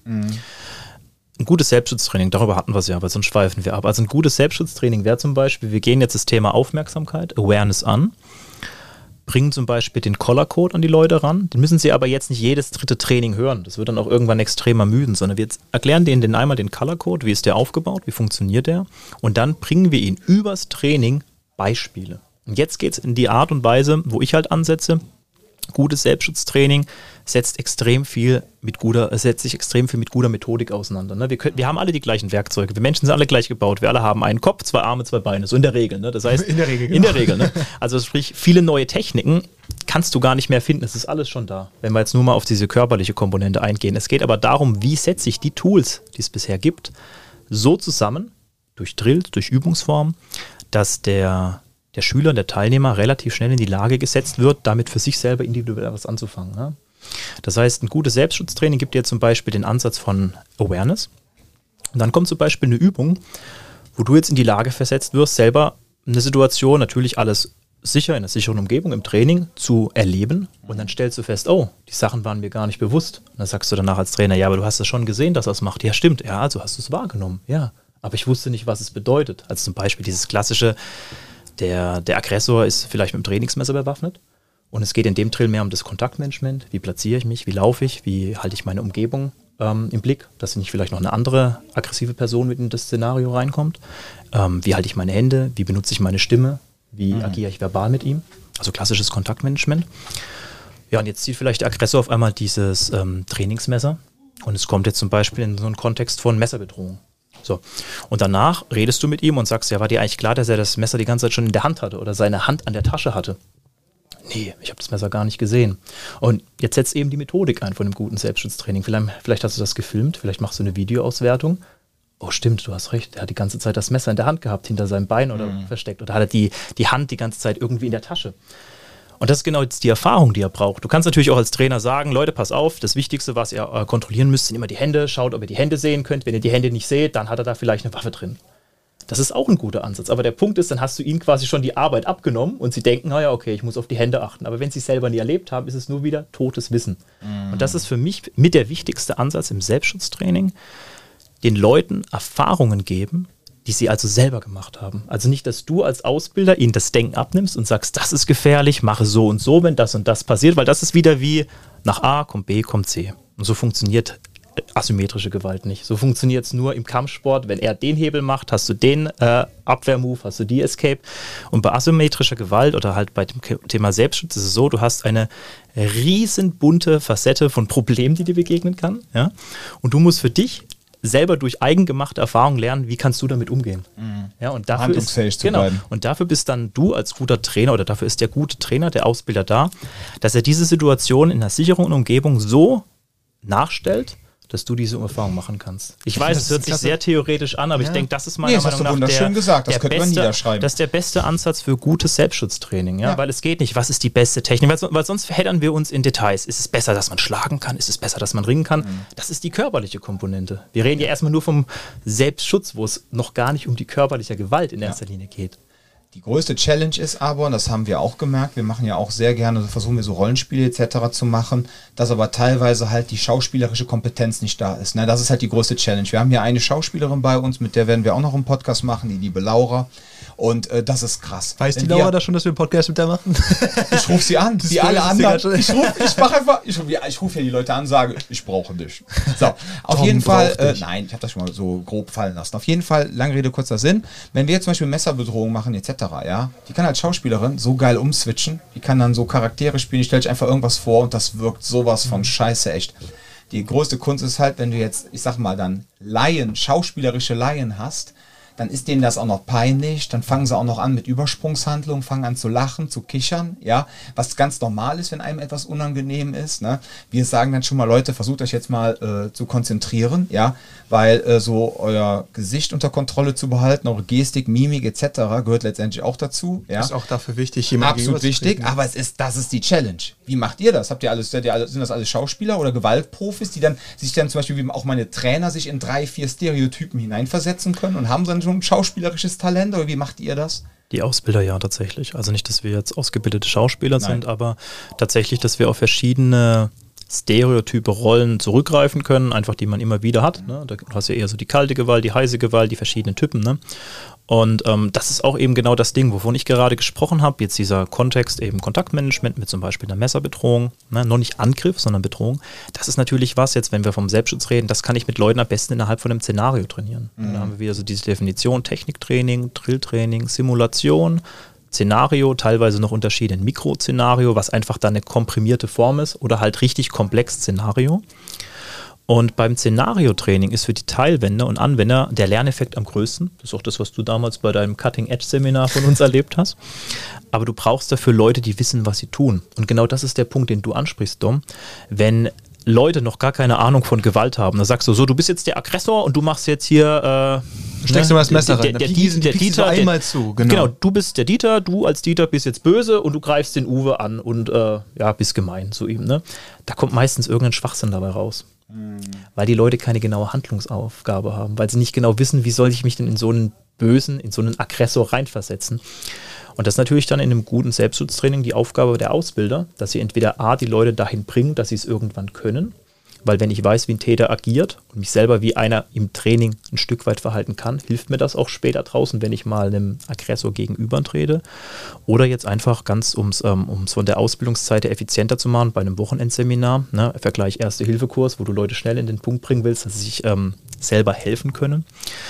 Ein gutes Selbstschutztraining, darüber hatten wir es ja, aber sonst schweifen wir ab. Also ein gutes Selbstschutztraining wäre zum Beispiel, wir gehen jetzt das Thema Aufmerksamkeit, Awareness an, bringen zum Beispiel den Collar-Code an die Leute ran. Den müssen sie aber jetzt nicht jedes 3. Training hören. Das wird dann auch irgendwann extrem ermüden, sondern wir erklären denen einmal den Collar-Code, wie ist der aufgebaut, wie funktioniert der und dann bringen wir ihnen übers Training Beispiele. Und jetzt geht es in die Art und Weise, wo ich halt ansetze. Gutes Selbstschutztraining setzt sich extrem viel mit guter Methodik auseinander. Ne? Wir haben alle die gleichen Werkzeuge. Wir Menschen sind alle gleich gebaut. Wir alle haben einen Kopf, 2 Arme, 2 Beine. So in der Regel. Ne? Das heißt, in der Regel. Ne? Also sprich, viele neue Techniken kannst du gar nicht mehr finden. Es ist alles schon da. Wenn wir jetzt nur mal auf diese körperliche Komponente eingehen. Es geht aber darum, wie setze ich die Tools, die es bisher gibt, so zusammen, durch Drills, durch Übungsformen, dass der Schüler, der Teilnehmer relativ schnell in die Lage gesetzt wird, damit für sich selber individuell was anzufangen. Ja? Das heißt, ein gutes Selbstschutztraining gibt dir zum Beispiel den Ansatz von Awareness. Und dann kommt zum Beispiel eine Übung, wo du jetzt in die Lage versetzt wirst, selber eine Situation, natürlich alles sicher, in einer sicheren Umgebung, im Training zu erleben. Und dann stellst du fest, oh, die Sachen waren mir gar nicht bewusst. Und dann sagst du danach als Trainer, ja, aber du hast es schon gesehen, dass er es macht. Ja, stimmt. Ja, also hast du es wahrgenommen. Ja, aber ich wusste nicht, was es bedeutet. Also zum Beispiel dieses klassische, der Aggressor ist vielleicht mit dem Trainingsmesser bewaffnet und es geht in dem Drill mehr um das Kontaktmanagement. Wie platziere ich mich, wie laufe ich, wie halte ich meine Umgebung im Blick, dass nicht vielleicht noch eine andere aggressive Person mit in das Szenario reinkommt. Wie halte ich meine Hände, wie benutze ich meine Stimme, wie agiere ich verbal mit ihm. Also klassisches Kontaktmanagement. Ja, und jetzt zieht vielleicht der Aggressor auf einmal dieses Trainingsmesser und es kommt jetzt zum Beispiel in so einen Kontext von Messerbedrohung. So. Und danach redest du mit ihm und sagst, ja, war dir eigentlich klar, dass er das Messer die ganze Zeit schon in der Hand hatte oder seine Hand an der Tasche hatte? Nee, ich habe das Messer gar nicht gesehen. Und jetzt setzt eben die Methodik ein von einem guten Selbstschutztraining. Vielleicht hast du das gefilmt, vielleicht machst du eine Videoauswertung. Oh, stimmt, du hast recht. Er hat die ganze Zeit das Messer in der Hand gehabt, hinter seinem Bein oder versteckt. Oder hat er die Hand die ganze Zeit irgendwie in der Tasche. Und das ist genau jetzt die Erfahrung, die er braucht. Du kannst natürlich auch als Trainer sagen, Leute, pass auf, das Wichtigste, was ihr kontrollieren müsst, sind immer die Hände. Schaut, ob ihr die Hände sehen könnt. Wenn ihr die Hände nicht seht, dann hat er da vielleicht eine Waffe drin. Das ist auch ein guter Ansatz. Aber der Punkt ist, dann hast du ihnen quasi schon die Arbeit abgenommen und sie denken, naja, okay, ich muss auf die Hände achten. Aber wenn sie es selber nie erlebt haben, ist es nur wieder totes Wissen. Und das ist für mich mit der wichtigste Ansatz im Selbstschutztraining, den Leuten Erfahrungen geben, die sie also selber gemacht haben. Also nicht, dass du als Ausbilder ihnen das Denken abnimmst und sagst, das ist gefährlich, mache so und so, wenn das und das passiert, weil das ist wieder wie nach A kommt B, kommt C. Und so funktioniert asymmetrische Gewalt nicht. So funktioniert es nur im Kampfsport. Wenn er den Hebel macht, hast du den Abwehrmove, hast du die Escape. Und bei asymmetrischer Gewalt oder halt bei dem Thema Selbstschutz ist es so, du hast eine riesen bunte Facette von Problemen, die dir begegnen kann. Ja? Und du musst für dich selber durch eigengemachte Erfahrungen lernen, wie kannst du damit umgehen. Ja, und dafür handlungsfähig zu bleiben. Und dafür bist dann du als guter Trainer oder dafür ist der gute Trainer, der Ausbilder da, dass er diese Situation in einer sicheren Umgebung so nachstellt, dass du diese Erfahrung machen kannst. Ich weiß, es hört sich sehr theoretisch an, aber ich denke, das ist meiner Meinung nach das hast du wunderschön gesagt, das könnte man niederschreiben. Das ist der beste Ansatz für gutes Selbstschutztraining, ja? Weil es geht nicht, was ist die beste Technik, weil sonst verheddern wir uns in Details. Ist es besser, dass man schlagen kann? Ist es besser, dass man ringen kann? Das ist die körperliche Komponente. Wir reden ja erstmal nur vom Selbstschutz, wo es noch gar nicht um die körperliche Gewalt in erster Linie geht. Die größte Challenge ist aber, und das haben wir auch gemerkt, wir machen ja auch sehr gerne, versuchen wir so Rollenspiele etc. zu machen, dass aber teilweise halt die schauspielerische Kompetenz nicht da ist. Ne? Das ist halt die größte Challenge. Wir haben hier eine Schauspielerin bei uns, mit der werden wir auch noch einen Podcast machen, die liebe Laura. Und das ist krass. Weiß die Laura da schon, dass wir einen Podcast mit der machen? Ich rufe sie an, wie alle anderen. Ich rufe ja die Leute an und sage, ich brauche dich. So, auf jeden Fall, nein, ich habe das schon mal so grob fallen lassen. Auf jeden Fall, lange Rede, kurzer Sinn. Wenn wir jetzt zum Beispiel Messerbedrohung machen etc., ja, die kann als Schauspielerin so geil umswitchen, die kann dann so Charaktere spielen, die stellt sich einfach irgendwas vor und das wirkt sowas von scheiße echt. Die größte Kunst ist halt, wenn du jetzt, ich sag mal dann schauspielerische Laien hast, dann ist denen das auch noch peinlich, dann fangen sie auch noch an mit Übersprungshandlungen, fangen an zu lachen, zu kichern, ja, was ganz normal ist, wenn einem etwas unangenehm ist, ne? Wir sagen dann schon mal, Leute, versucht euch jetzt mal zu konzentrieren, ja, weil so euer Gesicht unter Kontrolle zu behalten, eure Gestik, Mimik etc. gehört letztendlich auch dazu, ja. Ist auch dafür wichtig, jemand absolut wichtig, aber das ist die Challenge. Wie macht ihr das? Sind das alles Schauspieler oder Gewaltprofis, die dann sich dann zum Beispiel, wie auch meine Trainer, sich in 3, 4 Stereotypen hineinversetzen können und haben dann schon ein schauspielerisches Talent, oder wie macht ihr das? Die Ausbilder ja tatsächlich. Also nicht, dass wir jetzt ausgebildete Schauspieler sind, aber tatsächlich, dass wir auf verschiedene stereotype Rollen zurückgreifen können, einfach die man immer wieder hat. Ne? Da hast du ja eher so die kalte Gewalt, die heiße Gewalt, die verschiedenen Typen. Ne? Und das ist auch eben genau das Ding, wovon ich gerade gesprochen habe. Jetzt dieser Kontext eben Kontaktmanagement mit zum Beispiel einer Messerbedrohung, ne? Noch nicht Angriff, sondern Bedrohung. Das ist natürlich was, jetzt wenn wir vom Selbstschutz reden, das kann ich mit Leuten am besten innerhalb von einem Szenario trainieren. Da haben wir wieder so diese Definition, Techniktraining, Drilltraining, Simulation, Szenario, teilweise noch Unterschiede in Mikroszenario, was einfach dann eine komprimierte Form ist, oder halt richtig komplex Szenario. Und beim Szenario-Training ist für die Teilwender und Anwender der Lerneffekt am größten. Das ist auch das, was du damals bei deinem Cutting-Edge-Seminar von uns erlebt hast. Aber du brauchst dafür Leute, die wissen, was sie tun. Und genau das ist der Punkt, den du ansprichst, Dom. Wenn Leute noch gar keine Ahnung von Gewalt haben, dann sagst du so, du bist jetzt der Aggressor und du machst jetzt hier... steckst du mal das Messer rein. Der Dieter, einmal zu. Genau, du bist der Dieter, du als Dieter bist jetzt böse und du greifst den Uwe an und bist gemein zu ihm. Ne? Da kommt meistens irgendein Schwachsinn dabei raus. Weil die Leute keine genaue Handlungsaufgabe haben, weil sie nicht genau wissen, wie soll ich mich denn in so einen Bösen, in so einen Aggressor reinversetzen. Und das ist natürlich dann in einem guten Selbstschutztraining die Aufgabe der Ausbilder, dass sie entweder die Leute dahin bringen, dass sie es irgendwann können, weil wenn ich weiß, wie ein Täter agiert und mich selber wie einer im Training ein Stück weit verhalten kann, hilft mir das auch später draußen, wenn ich mal einem Aggressor gegenübertrete. Oder jetzt einfach ganz, um es von der Ausbildungszeit her effizienter zu machen, bei einem Wochenendseminar, ne, Vergleich Erste-Hilfe-Kurs, wo du Leute schnell in den Punkt bringen willst, dass sie sich selber helfen können,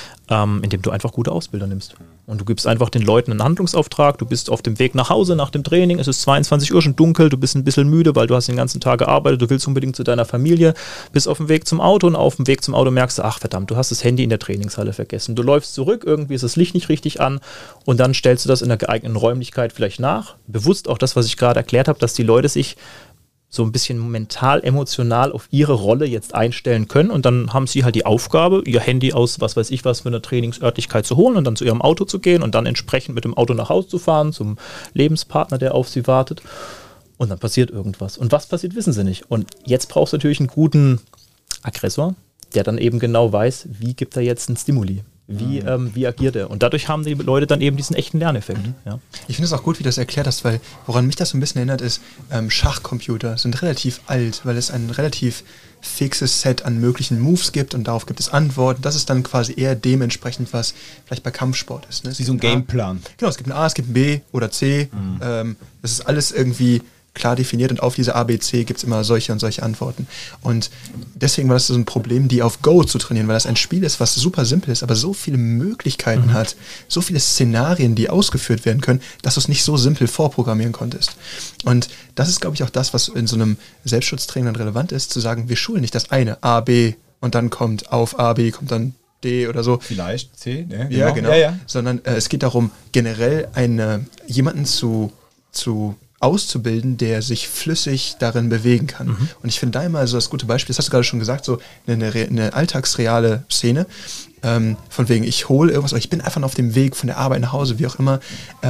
indem du einfach gute Ausbilder nimmst. Und du gibst einfach den Leuten einen Handlungsauftrag, du bist auf dem Weg nach Hause nach dem Training, es ist 22 Uhr, schon dunkel, du bist ein bisschen müde, weil du hast den ganzen Tag gearbeitet, du willst unbedingt zu deiner Familie, bist auf dem Weg zum Auto und auf dem Weg zum Auto merkst du, ach verdammt, du hast das Handy in der Trainingshalle vergessen. Du läufst zurück, irgendwie ist das Licht nicht richtig an und dann stellst du das in der geeigneten Räumlichkeit vielleicht nach. Bewusst auch das, was ich gerade erklärt habe, dass die Leute sich so ein bisschen mental, emotional auf ihre Rolle jetzt einstellen können und dann haben sie halt die Aufgabe, ihr Handy aus was weiß ich was für eine Trainingsörtlichkeit zu holen und dann zu ihrem Auto zu gehen und dann entsprechend mit dem Auto nach Hause zu fahren, zum Lebenspartner, der auf sie wartet und dann passiert irgendwas. Und was passiert, wissen sie nicht. Und jetzt brauchst du natürlich einen guten Aggressor, der dann eben genau weiß, wie gibt er jetzt einen Stimuli. Wie agiert er? Und dadurch haben die Leute dann eben diesen echten Lerneffekt. Ja. Ich finde es auch gut, wie du das erklärt hast, weil woran mich das so ein bisschen erinnert ist, Schachcomputer sind relativ alt, weil es ein relativ fixes Set an möglichen Moves gibt und darauf gibt es Antworten. Das ist dann quasi eher dementsprechend, was vielleicht bei Kampfsport ist. Ne? Wie so ein Gameplan. Genau, es gibt ein A, es gibt ein B oder C. Das ist alles irgendwie klar definiert und auf diese ABC gibt es immer solche und solche Antworten. Und deswegen war das so ein Problem, die auf Go zu trainieren, weil das ein Spiel ist, was super simpel ist, aber so viele Möglichkeiten hat, so viele Szenarien, die ausgeführt werden können, dass du es nicht so simpel vorprogrammieren konntest. Und das ist, glaube ich, auch das, was in so einem Selbstschutztraining dann relevant ist, zu sagen, wir schulen nicht das eine, A, B und dann kommt auf A, B, kommt dann D oder so. Vielleicht C, ne? Ja, genau. Ja. Sondern es geht darum, generell jemanden zu auszubilden, der sich flüssig darin bewegen kann. Und ich finde da immer so das gute Beispiel, das hast du gerade schon gesagt, so eine alltagsreale Szene, von wegen, ich hole irgendwas, oder ich bin einfach auf dem Weg von der Arbeit nach Hause, wie auch immer,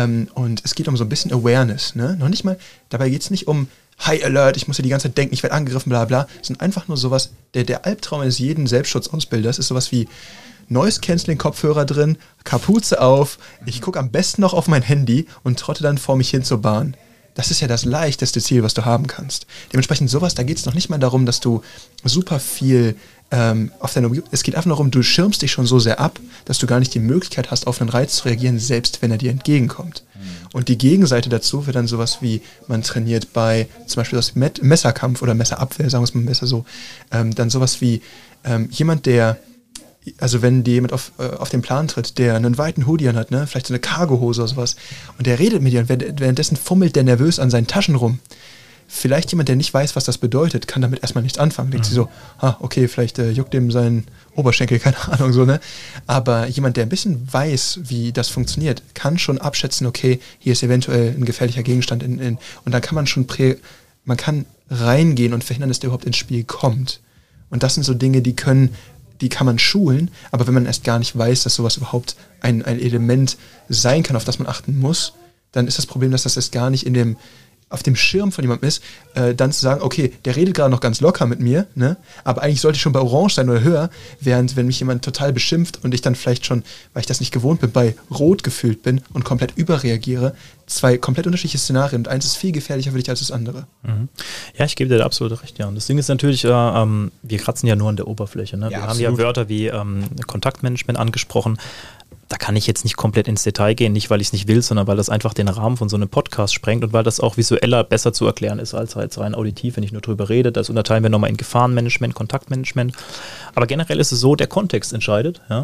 und es geht um so ein bisschen Awareness, ne? Noch nicht mal, dabei geht es nicht um High Alert, ich muss ja die ganze Zeit denken, ich werde angegriffen, bla bla, sondern einfach nur sowas, der Albtraum eines jeden Selbstschutzausbilders ist sowas wie Noise-Canceling-Kopfhörer drin, Kapuze auf, ich gucke am besten noch auf mein Handy und trotte dann vor mich hin zur Bahn. Das ist ja das leichteste Ziel, was du haben kannst. Dementsprechend sowas, da geht es noch nicht mal darum, dass du super viel auf deine Umgebung, es geht einfach darum, du schirmst dich schon so sehr ab, dass du gar nicht die Möglichkeit hast, auf einen Reiz zu reagieren, selbst wenn er dir entgegenkommt. Und die Gegenseite dazu wird dann sowas wie, man trainiert bei zum Beispiel das Messerkampf oder Messerabwehr, sagen wir es mal besser so, dann sowas wie jemand, der, also wenn dir jemand auf den Plan tritt, der einen weiten Hoodie anhat, ne, vielleicht so eine Cargohose oder sowas, und der redet mit dir und währenddessen fummelt der nervös an seinen Taschen rum. Vielleicht jemand, der nicht weiß, was das bedeutet, kann damit erstmal nichts anfangen. Denkt sich so, okay, vielleicht juckt dem sein Oberschenkel, keine Ahnung, so, ne? Aber jemand, der ein bisschen weiß, wie das funktioniert, kann schon abschätzen, okay, hier ist eventuell ein gefährlicher Gegenstand und dann kann man schon man kann reingehen und verhindern, dass der überhaupt ins Spiel kommt. Und das sind so Dinge, die kann man schulen, aber wenn man erst gar nicht weiß, dass sowas überhaupt ein Element sein kann, auf das man achten muss, dann ist das Problem, dass das erst gar nicht auf dem Schirm von jemandem ist, dann zu sagen, okay, der redet gerade noch ganz locker mit mir, ne? Aber eigentlich sollte ich schon bei Orange sein oder höher, während wenn mich jemand total beschimpft und ich dann vielleicht schon, weil ich das nicht gewohnt bin, bei Rot gefühlt bin und komplett überreagiere, zwei komplett unterschiedliche Szenarien und eins ist viel gefährlicher für dich als das andere. Ja, ich gebe dir da absolut recht, ja. Und das Ding ist natürlich, wir kratzen ja nur an der Oberfläche, ne? Wir haben ja Wörter wie Kontaktmanagement angesprochen. Da kann ich jetzt nicht komplett ins Detail gehen, nicht weil ich es nicht will, sondern weil das einfach den Rahmen von so einem Podcast sprengt und weil das auch visueller besser zu erklären ist als rein auditiv, wenn ich nur drüber rede. Das unterteilen wir nochmal in Gefahrenmanagement, Kontaktmanagement. Aber generell ist es so, der Kontext entscheidet. Ja?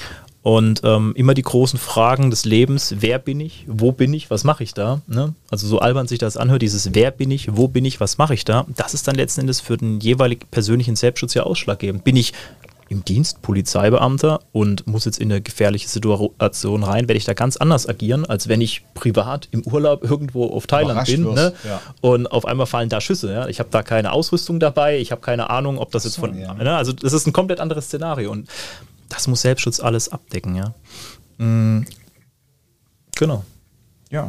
Und immer die großen Fragen des Lebens, wer bin ich, wo bin ich, was mache ich da? Ne? Also so albern sich das anhört, dieses wer bin ich, wo bin ich, was mache ich da? Das ist dann letzten Endes für den jeweiligen persönlichen Selbstschutz ja ausschlaggebend. Bin ich im Dienst Polizeibeamter und muss jetzt in eine gefährliche Situation rein, werde ich da ganz anders agieren, als wenn ich privat im Urlaub irgendwo auf Thailand bin, ne? Ja. Und auf einmal fallen da Schüsse. Ja? Ich habe da keine Ausrüstung dabei, ich habe keine Ahnung, ob das jetzt von... Ja. Ne? Also das ist ein komplett anderes Szenario und das muss Selbstschutz alles abdecken. Ja? Genau. Ja.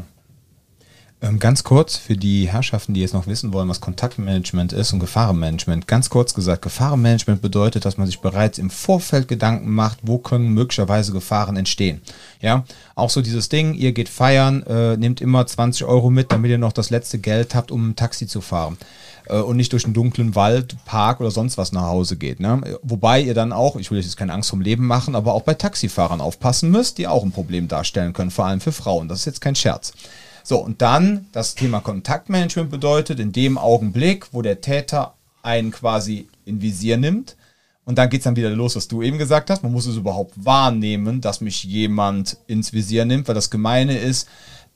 Ganz kurz für die Herrschaften, die jetzt noch wissen wollen, was Kontaktmanagement ist und Gefahrenmanagement. Ganz kurz gesagt, Gefahrenmanagement bedeutet, dass man sich bereits im Vorfeld Gedanken macht, wo können möglicherweise Gefahren entstehen. Ja, auch so dieses Ding, ihr geht feiern, nehmt immer 20 € mit, damit ihr noch das letzte Geld habt, um ein Taxi zu fahren. Und nicht durch einen dunklen Wald, Park oder sonst was nach Hause geht. Ne? Wobei ihr dann auch, ich will jetzt keine Angst vom Leben machen, aber auch bei Taxifahrern aufpassen müsst, die auch ein Problem darstellen können, vor allem für Frauen. Das ist jetzt kein Scherz. So, und dann das Thema Kontaktmanagement bedeutet, in dem Augenblick, wo der Täter einen quasi in Visier nimmt, und dann geht es dann wieder los, was du eben gesagt hast, man muss es überhaupt wahrnehmen, dass mich jemand ins Visier nimmt, weil das Gemeine ist,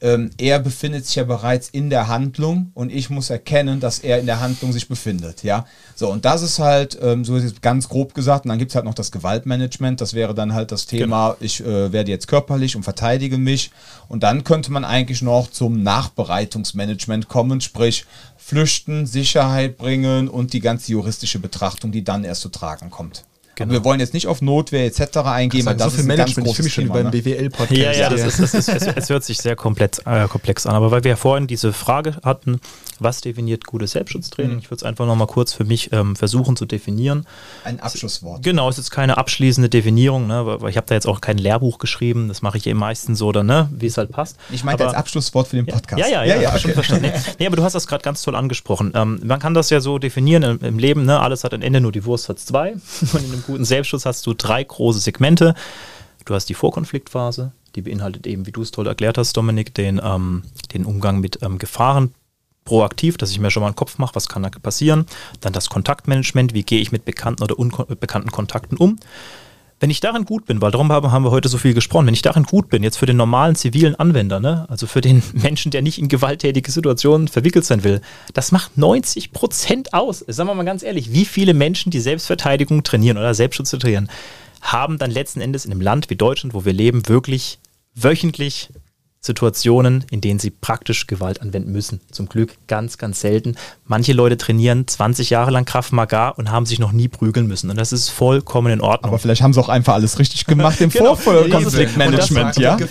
er befindet sich ja bereits in der Handlung und ich muss erkennen, dass er in der Handlung sich befindet, ja. So, und das ist halt, so ist es ganz grob gesagt, und dann gibt es halt noch das Gewaltmanagement, das wäre dann halt das Thema, ich werde jetzt körperlich und verteidige mich, und dann könnte man eigentlich noch zum Nachbereitungsmanagement kommen, sprich flüchten, Sicherheit bringen und die ganze juristische Betrachtung, die dann erst zu tragen kommt. Genau. Wir wollen jetzt nicht auf Notwehr etc. eingehen, weil das ist ein ganz großes Thema. Ich fühle mich schon über einen BWL-Podcast. Ja, es hört sich sehr komplex an. Aber weil wir ja vorhin diese Frage hatten, was definiert gutes Selbstschutztraining? Ich würde es einfach nochmal kurz für mich versuchen zu definieren. Ein Abschlusswort. Genau, es ist jetzt keine abschließende Definition, ne, weil ich habe da jetzt auch kein Lehrbuch geschrieben. Das mache ich ja meistens so, oder ne, wie es halt passt. Ich meinte als Abschlusswort für den Podcast. Ja, okay. Schon verstanden. Nee, aber du hast das gerade ganz toll angesprochen. Man kann das ja so definieren im Leben, ne? Alles hat ein Ende, nur die Wurst hat 2. Und in einem guten Selbstschutz hast du 3 große Segmente. Du hast die Vorkonfliktphase, die beinhaltet eben, wie du es toll erklärt hast, Dominik, den Umgang mit Gefahren proaktiv, dass ich mir schon mal einen Kopf mache, was kann da passieren. Dann das Kontaktmanagement, wie gehe ich mit bekannten oder unbekannten Kontakten um. Wenn ich darin gut bin, weil darum haben wir heute so viel gesprochen, wenn ich darin gut bin, jetzt für den normalen zivilen Anwender, ne, also für den Menschen, der nicht in gewalttätige Situationen verwickelt sein will, das macht 90% aus. Sagen wir mal ganz ehrlich, wie viele Menschen, die Selbstverteidigung trainieren oder Selbstschutz trainieren, haben dann letzten Endes in einem Land wie Deutschland, wo wir leben, wirklich wöchentlich Situationen, in denen sie praktisch Gewalt anwenden müssen. Zum Glück ganz, ganz selten. Manche Leute trainieren 20 Jahre lang Krav Maga und haben sich noch nie prügeln müssen. Und das ist vollkommen in Ordnung. Aber vielleicht haben sie auch einfach alles richtig gemacht im Konfliktmanagement, ja?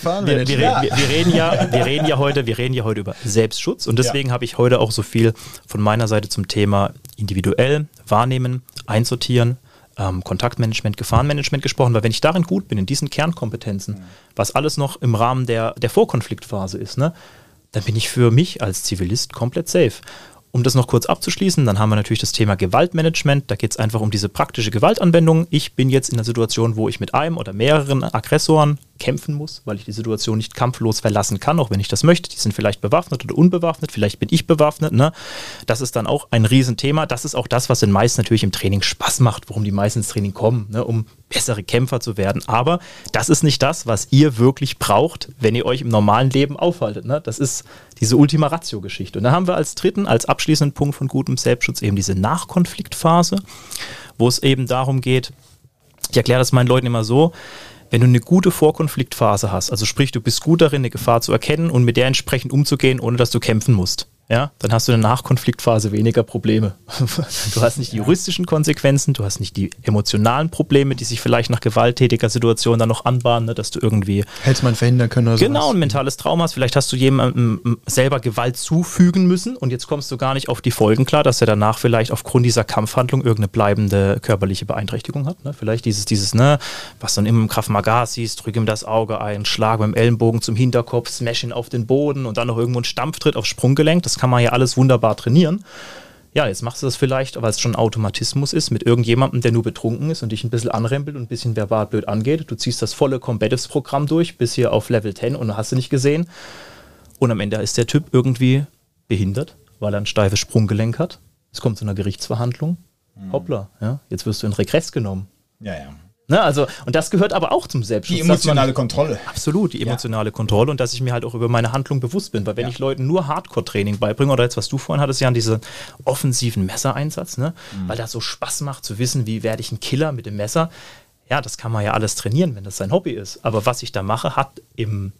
Wir reden ja heute über Selbstschutz und deswegen habe ich heute auch so viel von meiner Seite zum Thema individuell wahrnehmen, einsortieren, Kontaktmanagement, Gefahrenmanagement gesprochen, weil wenn ich darin gut bin, in diesen Kernkompetenzen, was alles noch im Rahmen der Vorkonfliktphase ist, ne, dann bin ich für mich als Zivilist komplett safe. Um das noch kurz abzuschließen, dann haben wir natürlich das Thema Gewaltmanagement. Da geht es einfach um diese praktische Gewaltanwendung. Ich bin jetzt in einer Situation, wo ich mit einem oder mehreren Aggressoren kämpfen muss, weil ich die Situation nicht kampflos verlassen kann, auch wenn ich das möchte. Die sind vielleicht bewaffnet oder unbewaffnet, vielleicht bin ich bewaffnet. Ne? Das ist dann auch ein Riesenthema. Das ist auch das, was den meisten natürlich im Training Spaß macht, warum die meisten ins Training kommen, ne? Um bessere Kämpfer zu werden. Aber das ist nicht das, was ihr wirklich braucht, wenn ihr euch im normalen Leben aufhaltet. Ne? Das ist diese Ultima Ratio-Geschichte. Und dann haben wir als dritten, als abschließenden Punkt von gutem Selbstschutz eben diese Nachkonfliktphase, wo es eben darum geht, ich erkläre das meinen Leuten immer so, wenn du eine gute Vorkonfliktphase hast, also sprich, du bist gut darin, eine Gefahr zu erkennen und mit der entsprechend umzugehen, ohne dass du kämpfen musst, ja, dann hast du in der Nachkonfliktphase weniger Probleme. Du hast nicht die juristischen Konsequenzen, du hast nicht die emotionalen Probleme, die sich vielleicht nach gewalttätiger Situation dann noch anbahnen, ne, dass du irgendwie... Hättest man verhindern können oder so. Genau, ein mentales Trauma hast. Vielleicht hast du jemandem selber Gewalt zufügen müssen und jetzt kommst du gar nicht auf die Folgen klar, dass er danach vielleicht aufgrund dieser Kampfhandlung irgendeine bleibende körperliche Beeinträchtigung hat. Ne? Vielleicht dieses, ne, was du dann immer im Krav Maga siehst, drück ihm das Auge ein, Schlag mit dem Ellenbogen zum Hinterkopf, smash ihn auf den Boden und dann noch irgendwo ein Stampftritt aufs Sprunggelenk. Das kann man ja alles wunderbar trainieren. Ja, jetzt machst du das vielleicht, weil es schon ein Automatismus ist, mit irgendjemandem, der nur betrunken ist und dich ein bisschen anrempelt und ein bisschen verbal blöd angeht. Du ziehst das volle Combatives-Programm durch, bis hier auf Level 10 und hast du nicht gesehen. Und am Ende ist der Typ irgendwie behindert, weil er ein steifes Sprunggelenk hat. Es kommt zu einer Gerichtsverhandlung. Hoppla, ja, jetzt wirst du in Regress genommen. Ja, ja. Ne, also, und das gehört aber auch zum Selbstschutz. Die emotionale Kontrolle. Absolut, die emotionale Kontrolle und dass ich mir halt auch über meine Handlung bewusst bin. Weil wenn ich Leuten nur Hardcore-Training beibringe, oder jetzt, was du vorhin hattest, Jan, diesen offensiven Messereinsatz, ne? Weil das so Spaß macht zu wissen, wie werde ich ein Killer mit dem Messer. Ja, das kann man ja alles trainieren, wenn das sein Hobby ist. Aber was ich da mache, hat im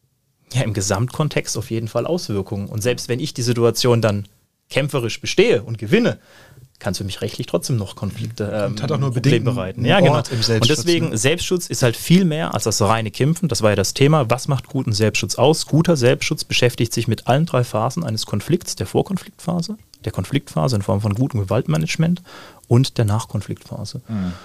Gesamtkontext auf jeden Fall Auswirkungen. Und selbst wenn ich die Situation dann kämpferisch bestehe und gewinne, kann es für mich rechtlich trotzdem noch Konflikte und hat auch nur Probleme bereiten. Ja, genau. Und deswegen, Selbstschutz ist halt viel mehr als das reine Kämpfen. Das war ja das Thema. Was macht guten Selbstschutz aus? Guter Selbstschutz beschäftigt sich mit allen 3 Phasen eines Konflikts, der Vorkonfliktphase, der Konfliktphase in Form von gutem Gewaltmanagement und der Nachkonfliktphase.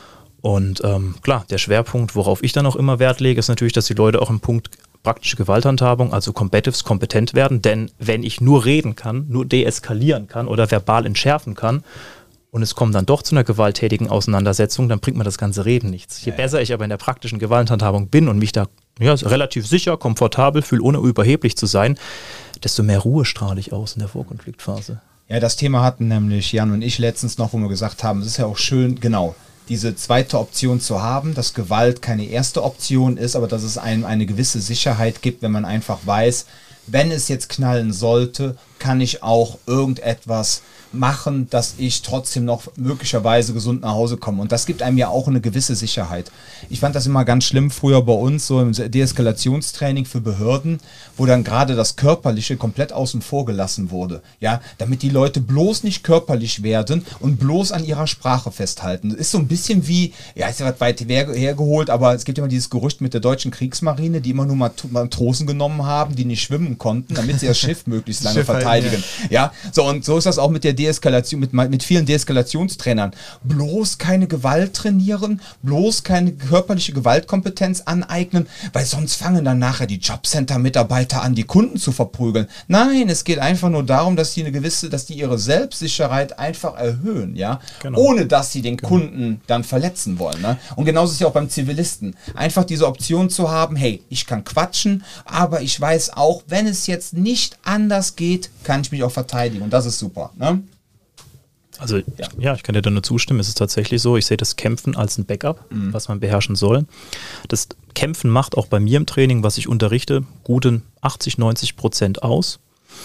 Und klar, der Schwerpunkt, worauf ich dann auch immer Wert lege, ist natürlich, dass die Leute auch im Punkt praktische Gewalthandhabung, also Combatives, kompetent werden. Denn wenn ich nur reden kann, nur deeskalieren kann oder verbal entschärfen kann, und es kommt dann doch zu einer gewalttätigen Auseinandersetzung, dann bringt mir das ganze Reden nichts. Je besser ich aber in der praktischen Gewalthandhabung bin und mich da relativ sicher, komfortabel fühle, ohne überheblich zu sein, desto mehr Ruhe strahle ich aus in der Vorkonfliktphase. Ja, das Thema hatten nämlich Jan und ich letztens noch, wo wir gesagt haben, es ist ja auch schön, genau, diese zweite Option zu haben, dass Gewalt keine erste Option ist, aber dass es einem eine gewisse Sicherheit gibt, wenn man einfach weiß, wenn es jetzt knallen sollte, kann ich auch irgendetwas machen, dass ich trotzdem noch möglicherweise gesund nach Hause komme. Und das gibt einem ja auch eine gewisse Sicherheit. Ich fand das immer ganz schlimm früher bei uns, so im Deeskalationstraining für Behörden, wo dann gerade das Körperliche komplett außen vor gelassen wurde. Ja, damit die Leute bloß nicht körperlich werden und bloß an ihrer Sprache festhalten. Das ist so ein bisschen wie, ja, ist ja weit hergeholt, aber es gibt immer dieses Gerücht mit der deutschen Kriegsmarine, die immer nur Matrosen genommen haben, die nicht schwimmen konnten, damit sie das Schiff möglichst lange verteidigen. Ja, so und so ist das auch mit der Deeskalation, mit vielen Deeskalationstrainern. Bloß keine Gewalt trainieren, bloß keine körperliche Gewaltkompetenz aneignen, weil sonst fangen dann nachher die Jobcenter-Mitarbeiter an, die Kunden zu verprügeln. Nein, es geht einfach nur darum, dass die ihre Selbstsicherheit einfach erhöhen, ja, genau. Ohne dass sie den Kunden dann verletzen wollen. Ne? Und genauso ist es ja auch beim Zivilisten. Einfach diese Option zu haben, hey, ich kann quatschen, aber ich weiß auch, wenn es jetzt nicht anders geht, kann ich mich auch verteidigen und das ist super. Ne? Also ja, ich kann dir da nur zustimmen, es ist tatsächlich so, ich sehe das Kämpfen als ein Backup, was man beherrschen soll. Das Kämpfen macht auch bei mir im Training, was ich unterrichte, gute 80-90% aus.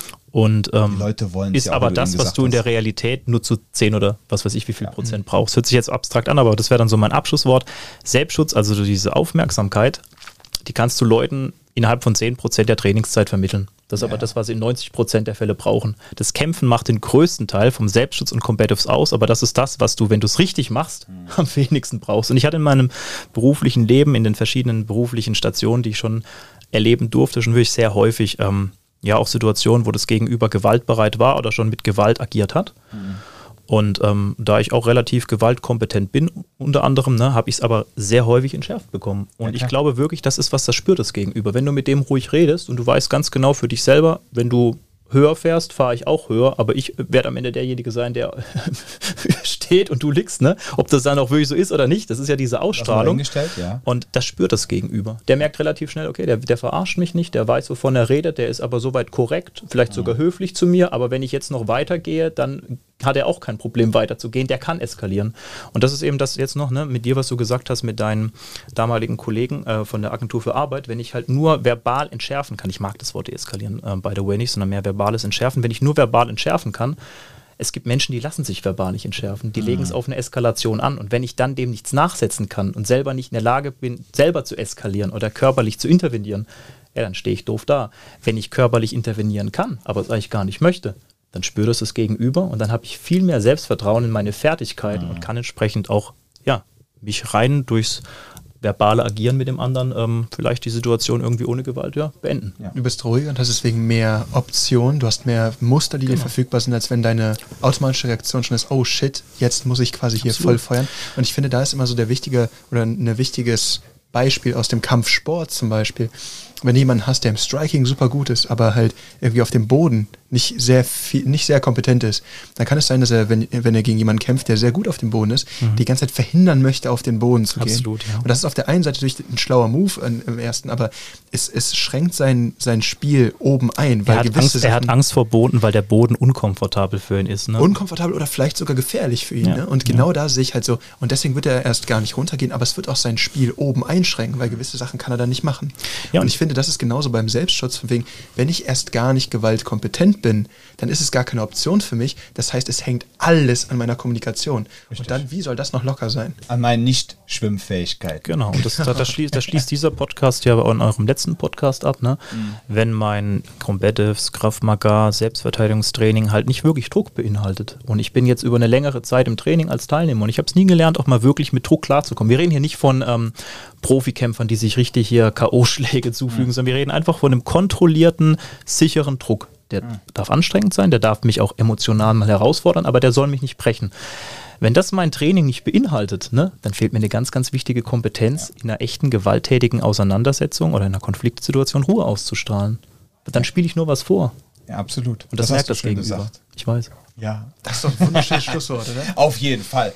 Und die Leute wollen ist ja aber das, was du in der Realität nur zu 10 oder was weiß ich wie viel Prozent brauchst. Hört sich jetzt abstrakt an, aber das wäre dann so mein Abschlusswort. Selbstschutz, also diese Aufmerksamkeit, die kannst du Leuten innerhalb von 10% der Trainingszeit vermitteln. Das ist aber das, was sie in 90% der Fälle brauchen. Das Kämpfen macht den größten Teil vom Selbstschutz und Combatives aus, aber das ist das, was du, wenn du es richtig machst, am wenigsten brauchst. Und ich hatte in meinem beruflichen Leben, in den verschiedenen beruflichen Stationen, die ich schon erleben durfte, schon wirklich sehr häufig auch Situationen, wo das Gegenüber gewaltbereit war oder schon mit Gewalt agiert hat. Und da ich auch relativ gewaltkompetent bin, unter anderem, habe ich es aber sehr häufig entschärft bekommen. Und ich glaube wirklich, das ist was, das spürt das Gegenüber. Wenn du mit dem ruhig redest und du weißt ganz genau für dich selber, wenn du höher fährst, fahre ich auch höher, aber ich werde am Ende derjenige sein, der steht und du liegst, ne? Ob das dann auch wirklich so ist oder nicht, das ist ja diese Ausstrahlung. Ja. Und das spürt das Gegenüber. Der merkt relativ schnell, okay, der verarscht mich nicht, der weiß, wovon er redet, der ist aber soweit korrekt, vielleicht sogar höflich zu mir, aber wenn ich jetzt noch weitergehe, dann hat er auch kein Problem weiterzugehen, der kann eskalieren. Und das ist eben das jetzt noch, ne, mit dir, was du gesagt hast, mit deinen damaligen Kollegen von der Agentur für Arbeit, wenn ich halt nur verbal entschärfen kann, ich mag das Wort deeskalieren, by the way nicht, sondern mehr verbales Entschärfen, wenn ich nur verbal entschärfen kann, es gibt Menschen, die lassen sich verbal nicht entschärfen, die legen es auf eine Eskalation an und wenn ich dann dem nichts nachsetzen kann und selber nicht in der Lage bin, selber zu eskalieren oder körperlich zu intervenieren, ja, dann stehe ich doof da. Wenn ich körperlich intervenieren kann, aber es eigentlich gar nicht möchte, dann spürt es das Gegenüber und dann habe ich viel mehr Selbstvertrauen in meine Fertigkeiten und kann entsprechend auch mich rein durchs verbale Agieren mit dem anderen vielleicht die Situation irgendwie ohne Gewalt beenden. Ja. Du bist ruhiger und hast deswegen mehr Optionen, du hast mehr Muster, die dir verfügbar sind, als wenn deine automatische Reaktion schon ist, oh shit, jetzt muss ich quasi hier voll feuern. Und ich finde, da ist immer so der wichtige oder ein wichtiges Beispiel aus dem Kampfsport zum Beispiel. Wenn du jemanden hast, der im Striking super gut ist, aber halt irgendwie auf dem Boden nicht sehr kompetent ist, dann kann es sein, dass er, wenn er gegen jemanden kämpft, der sehr gut auf dem Boden ist, die ganze Zeit verhindern möchte, auf den Boden zu gehen. Absolut, ja. Und das ist auf der einen Seite natürlich ein schlauer Move im ersten, aber es schränkt sein Spiel oben ein. Weil er hat Angst vor Boden, weil der Boden unkomfortabel für ihn ist. Ne? Unkomfortabel oder vielleicht sogar gefährlich für ihn. Ja. Ne? Und genau da sehe ich halt so, und deswegen wird er erst gar nicht runtergehen, aber es wird auch sein Spiel oben einschränken, weil gewisse Sachen kann er dann nicht machen. Ja, und ich finde, das ist genauso beim Selbstschutz, von wegen, wenn ich erst gar nicht gewaltkompetent bin, dann ist es gar keine Option für mich. Das heißt, es hängt alles an meiner Kommunikation. Richtig. Und dann, wie soll das noch locker sein? An meiner Nicht-Schwimmfähigkeit. Genau, und das schließt dieser Podcast ja in eurem letzten Podcast ab, ne? Wenn mein Combatives, Krav Maga, Selbstverteidigungstraining halt nicht wirklich Druck beinhaltet. Und ich bin jetzt über eine längere Zeit im Training als Teilnehmer und ich habe es nie gelernt, auch mal wirklich mit Druck klarzukommen. Wir reden hier nicht von Profikämpfern, die sich richtig hier K.O.-Schläge zufügen, sondern wir reden einfach von einem kontrollierten, sicheren Druck. Der darf anstrengend sein, der darf mich auch emotional mal herausfordern, aber der soll mich nicht brechen. Wenn das mein Training nicht beinhaltet, ne, dann fehlt mir eine ganz, ganz wichtige Kompetenz, in einer echten gewalttätigen Auseinandersetzung oder in einer Konfliktsituation Ruhe auszustrahlen. Dann spiele ich nur was vor. Ja, absolut. Und das merkt das Gegenüber. Gesagt. Ich weiß. Ja. Das ist doch ein wunderschönes Schlusswort, oder? Auf jeden Fall.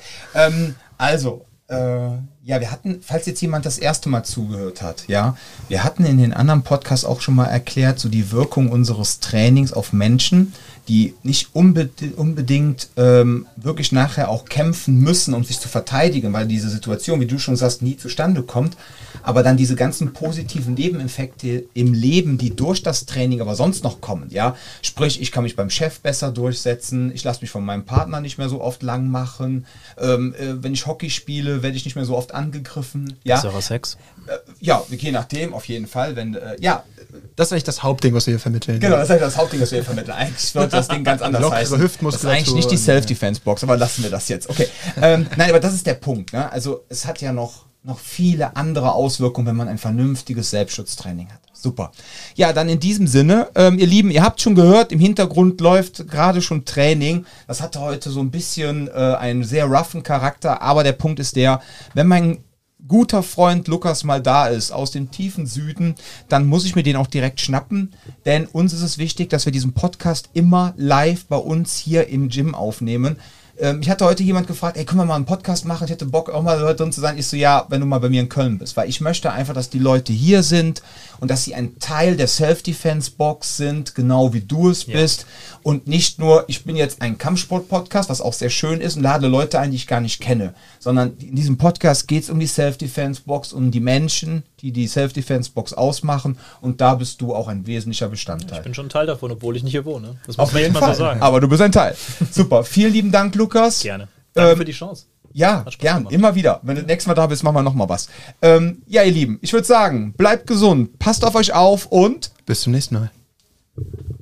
Wir hatten, falls jetzt jemand das erste Mal zugehört hat, wir hatten in den anderen Podcasts auch schon mal erklärt, so die Wirkung unseres Trainings auf Menschen, die nicht unbedingt wirklich nachher auch kämpfen müssen, um sich zu verteidigen, weil diese Situation, wie du schon sagst, nie zustande kommt, aber dann diese ganzen positiven Nebeneffekte im Leben, die durch das Training aber sonst noch kommen, sprich, ich kann mich beim Chef besser durchsetzen, ich lasse mich von meinem Partner nicht mehr so oft lang machen, wenn ich Hockey spiele, werde ich nicht mehr so oft angegriffen. Besserer Sex? Je nachdem, auf jeden Fall. Das ist eigentlich das Hauptding, was wir hier vermitteln. Genau, das ist eigentlich das Hauptding, was wir hier vermitteln. Eigentlich wird das Ding ganz anders heißen. Das ist eigentlich nicht die Self-Defense-Box, aber lassen wir das jetzt. Okay. Nein, aber das ist der Punkt. Ne? Also es hat ja noch viele andere Auswirkungen, wenn man ein vernünftiges Selbstschutztraining hat. Super. Ja, dann in diesem Sinne, ihr Lieben, ihr habt schon gehört, im Hintergrund läuft gerade schon Training. Das hatte heute so ein bisschen einen sehr roughen Charakter, aber der Punkt ist der, wenn mein guter Freund Lukas mal da ist, aus dem tiefen Süden, dann muss ich mir den auch direkt schnappen, denn uns ist es wichtig, dass wir diesen Podcast immer live bei uns hier im Gym aufnehmen. Ich hatte heute jemand gefragt, können wir mal einen Podcast machen? Ich hätte Bock, auch mal drin zu sein. Ich so, ja, wenn du mal bei mir in Köln bist. Weil ich möchte einfach, dass die Leute hier sind und dass sie ein Teil der Self-Defense-Box sind, genau wie du es bist. Und nicht nur, ich bin jetzt ein Kampfsport-Podcast, was auch sehr schön ist und lade Leute ein, die ich gar nicht kenne. Sondern in diesem Podcast geht es um die Self-Defense-Box, um die Menschen, die die Self-Defense-Box ausmachen. Und da bist du auch ein wesentlicher Bestandteil. Ich bin schon ein Teil davon, obwohl ich nicht hier wohne. Das muss man jeden Fall so sagen. Aber du bist ein Teil. Super. Vielen lieben Dank, Lukas. Gerne. Danke für die Chance. Ja, gern, immer wieder. Wenn du das nächste Mal da bist, machen wir nochmal was. Ja, ihr Lieben, ich würde sagen, bleibt gesund, passt auf euch auf und bis zum nächsten Mal.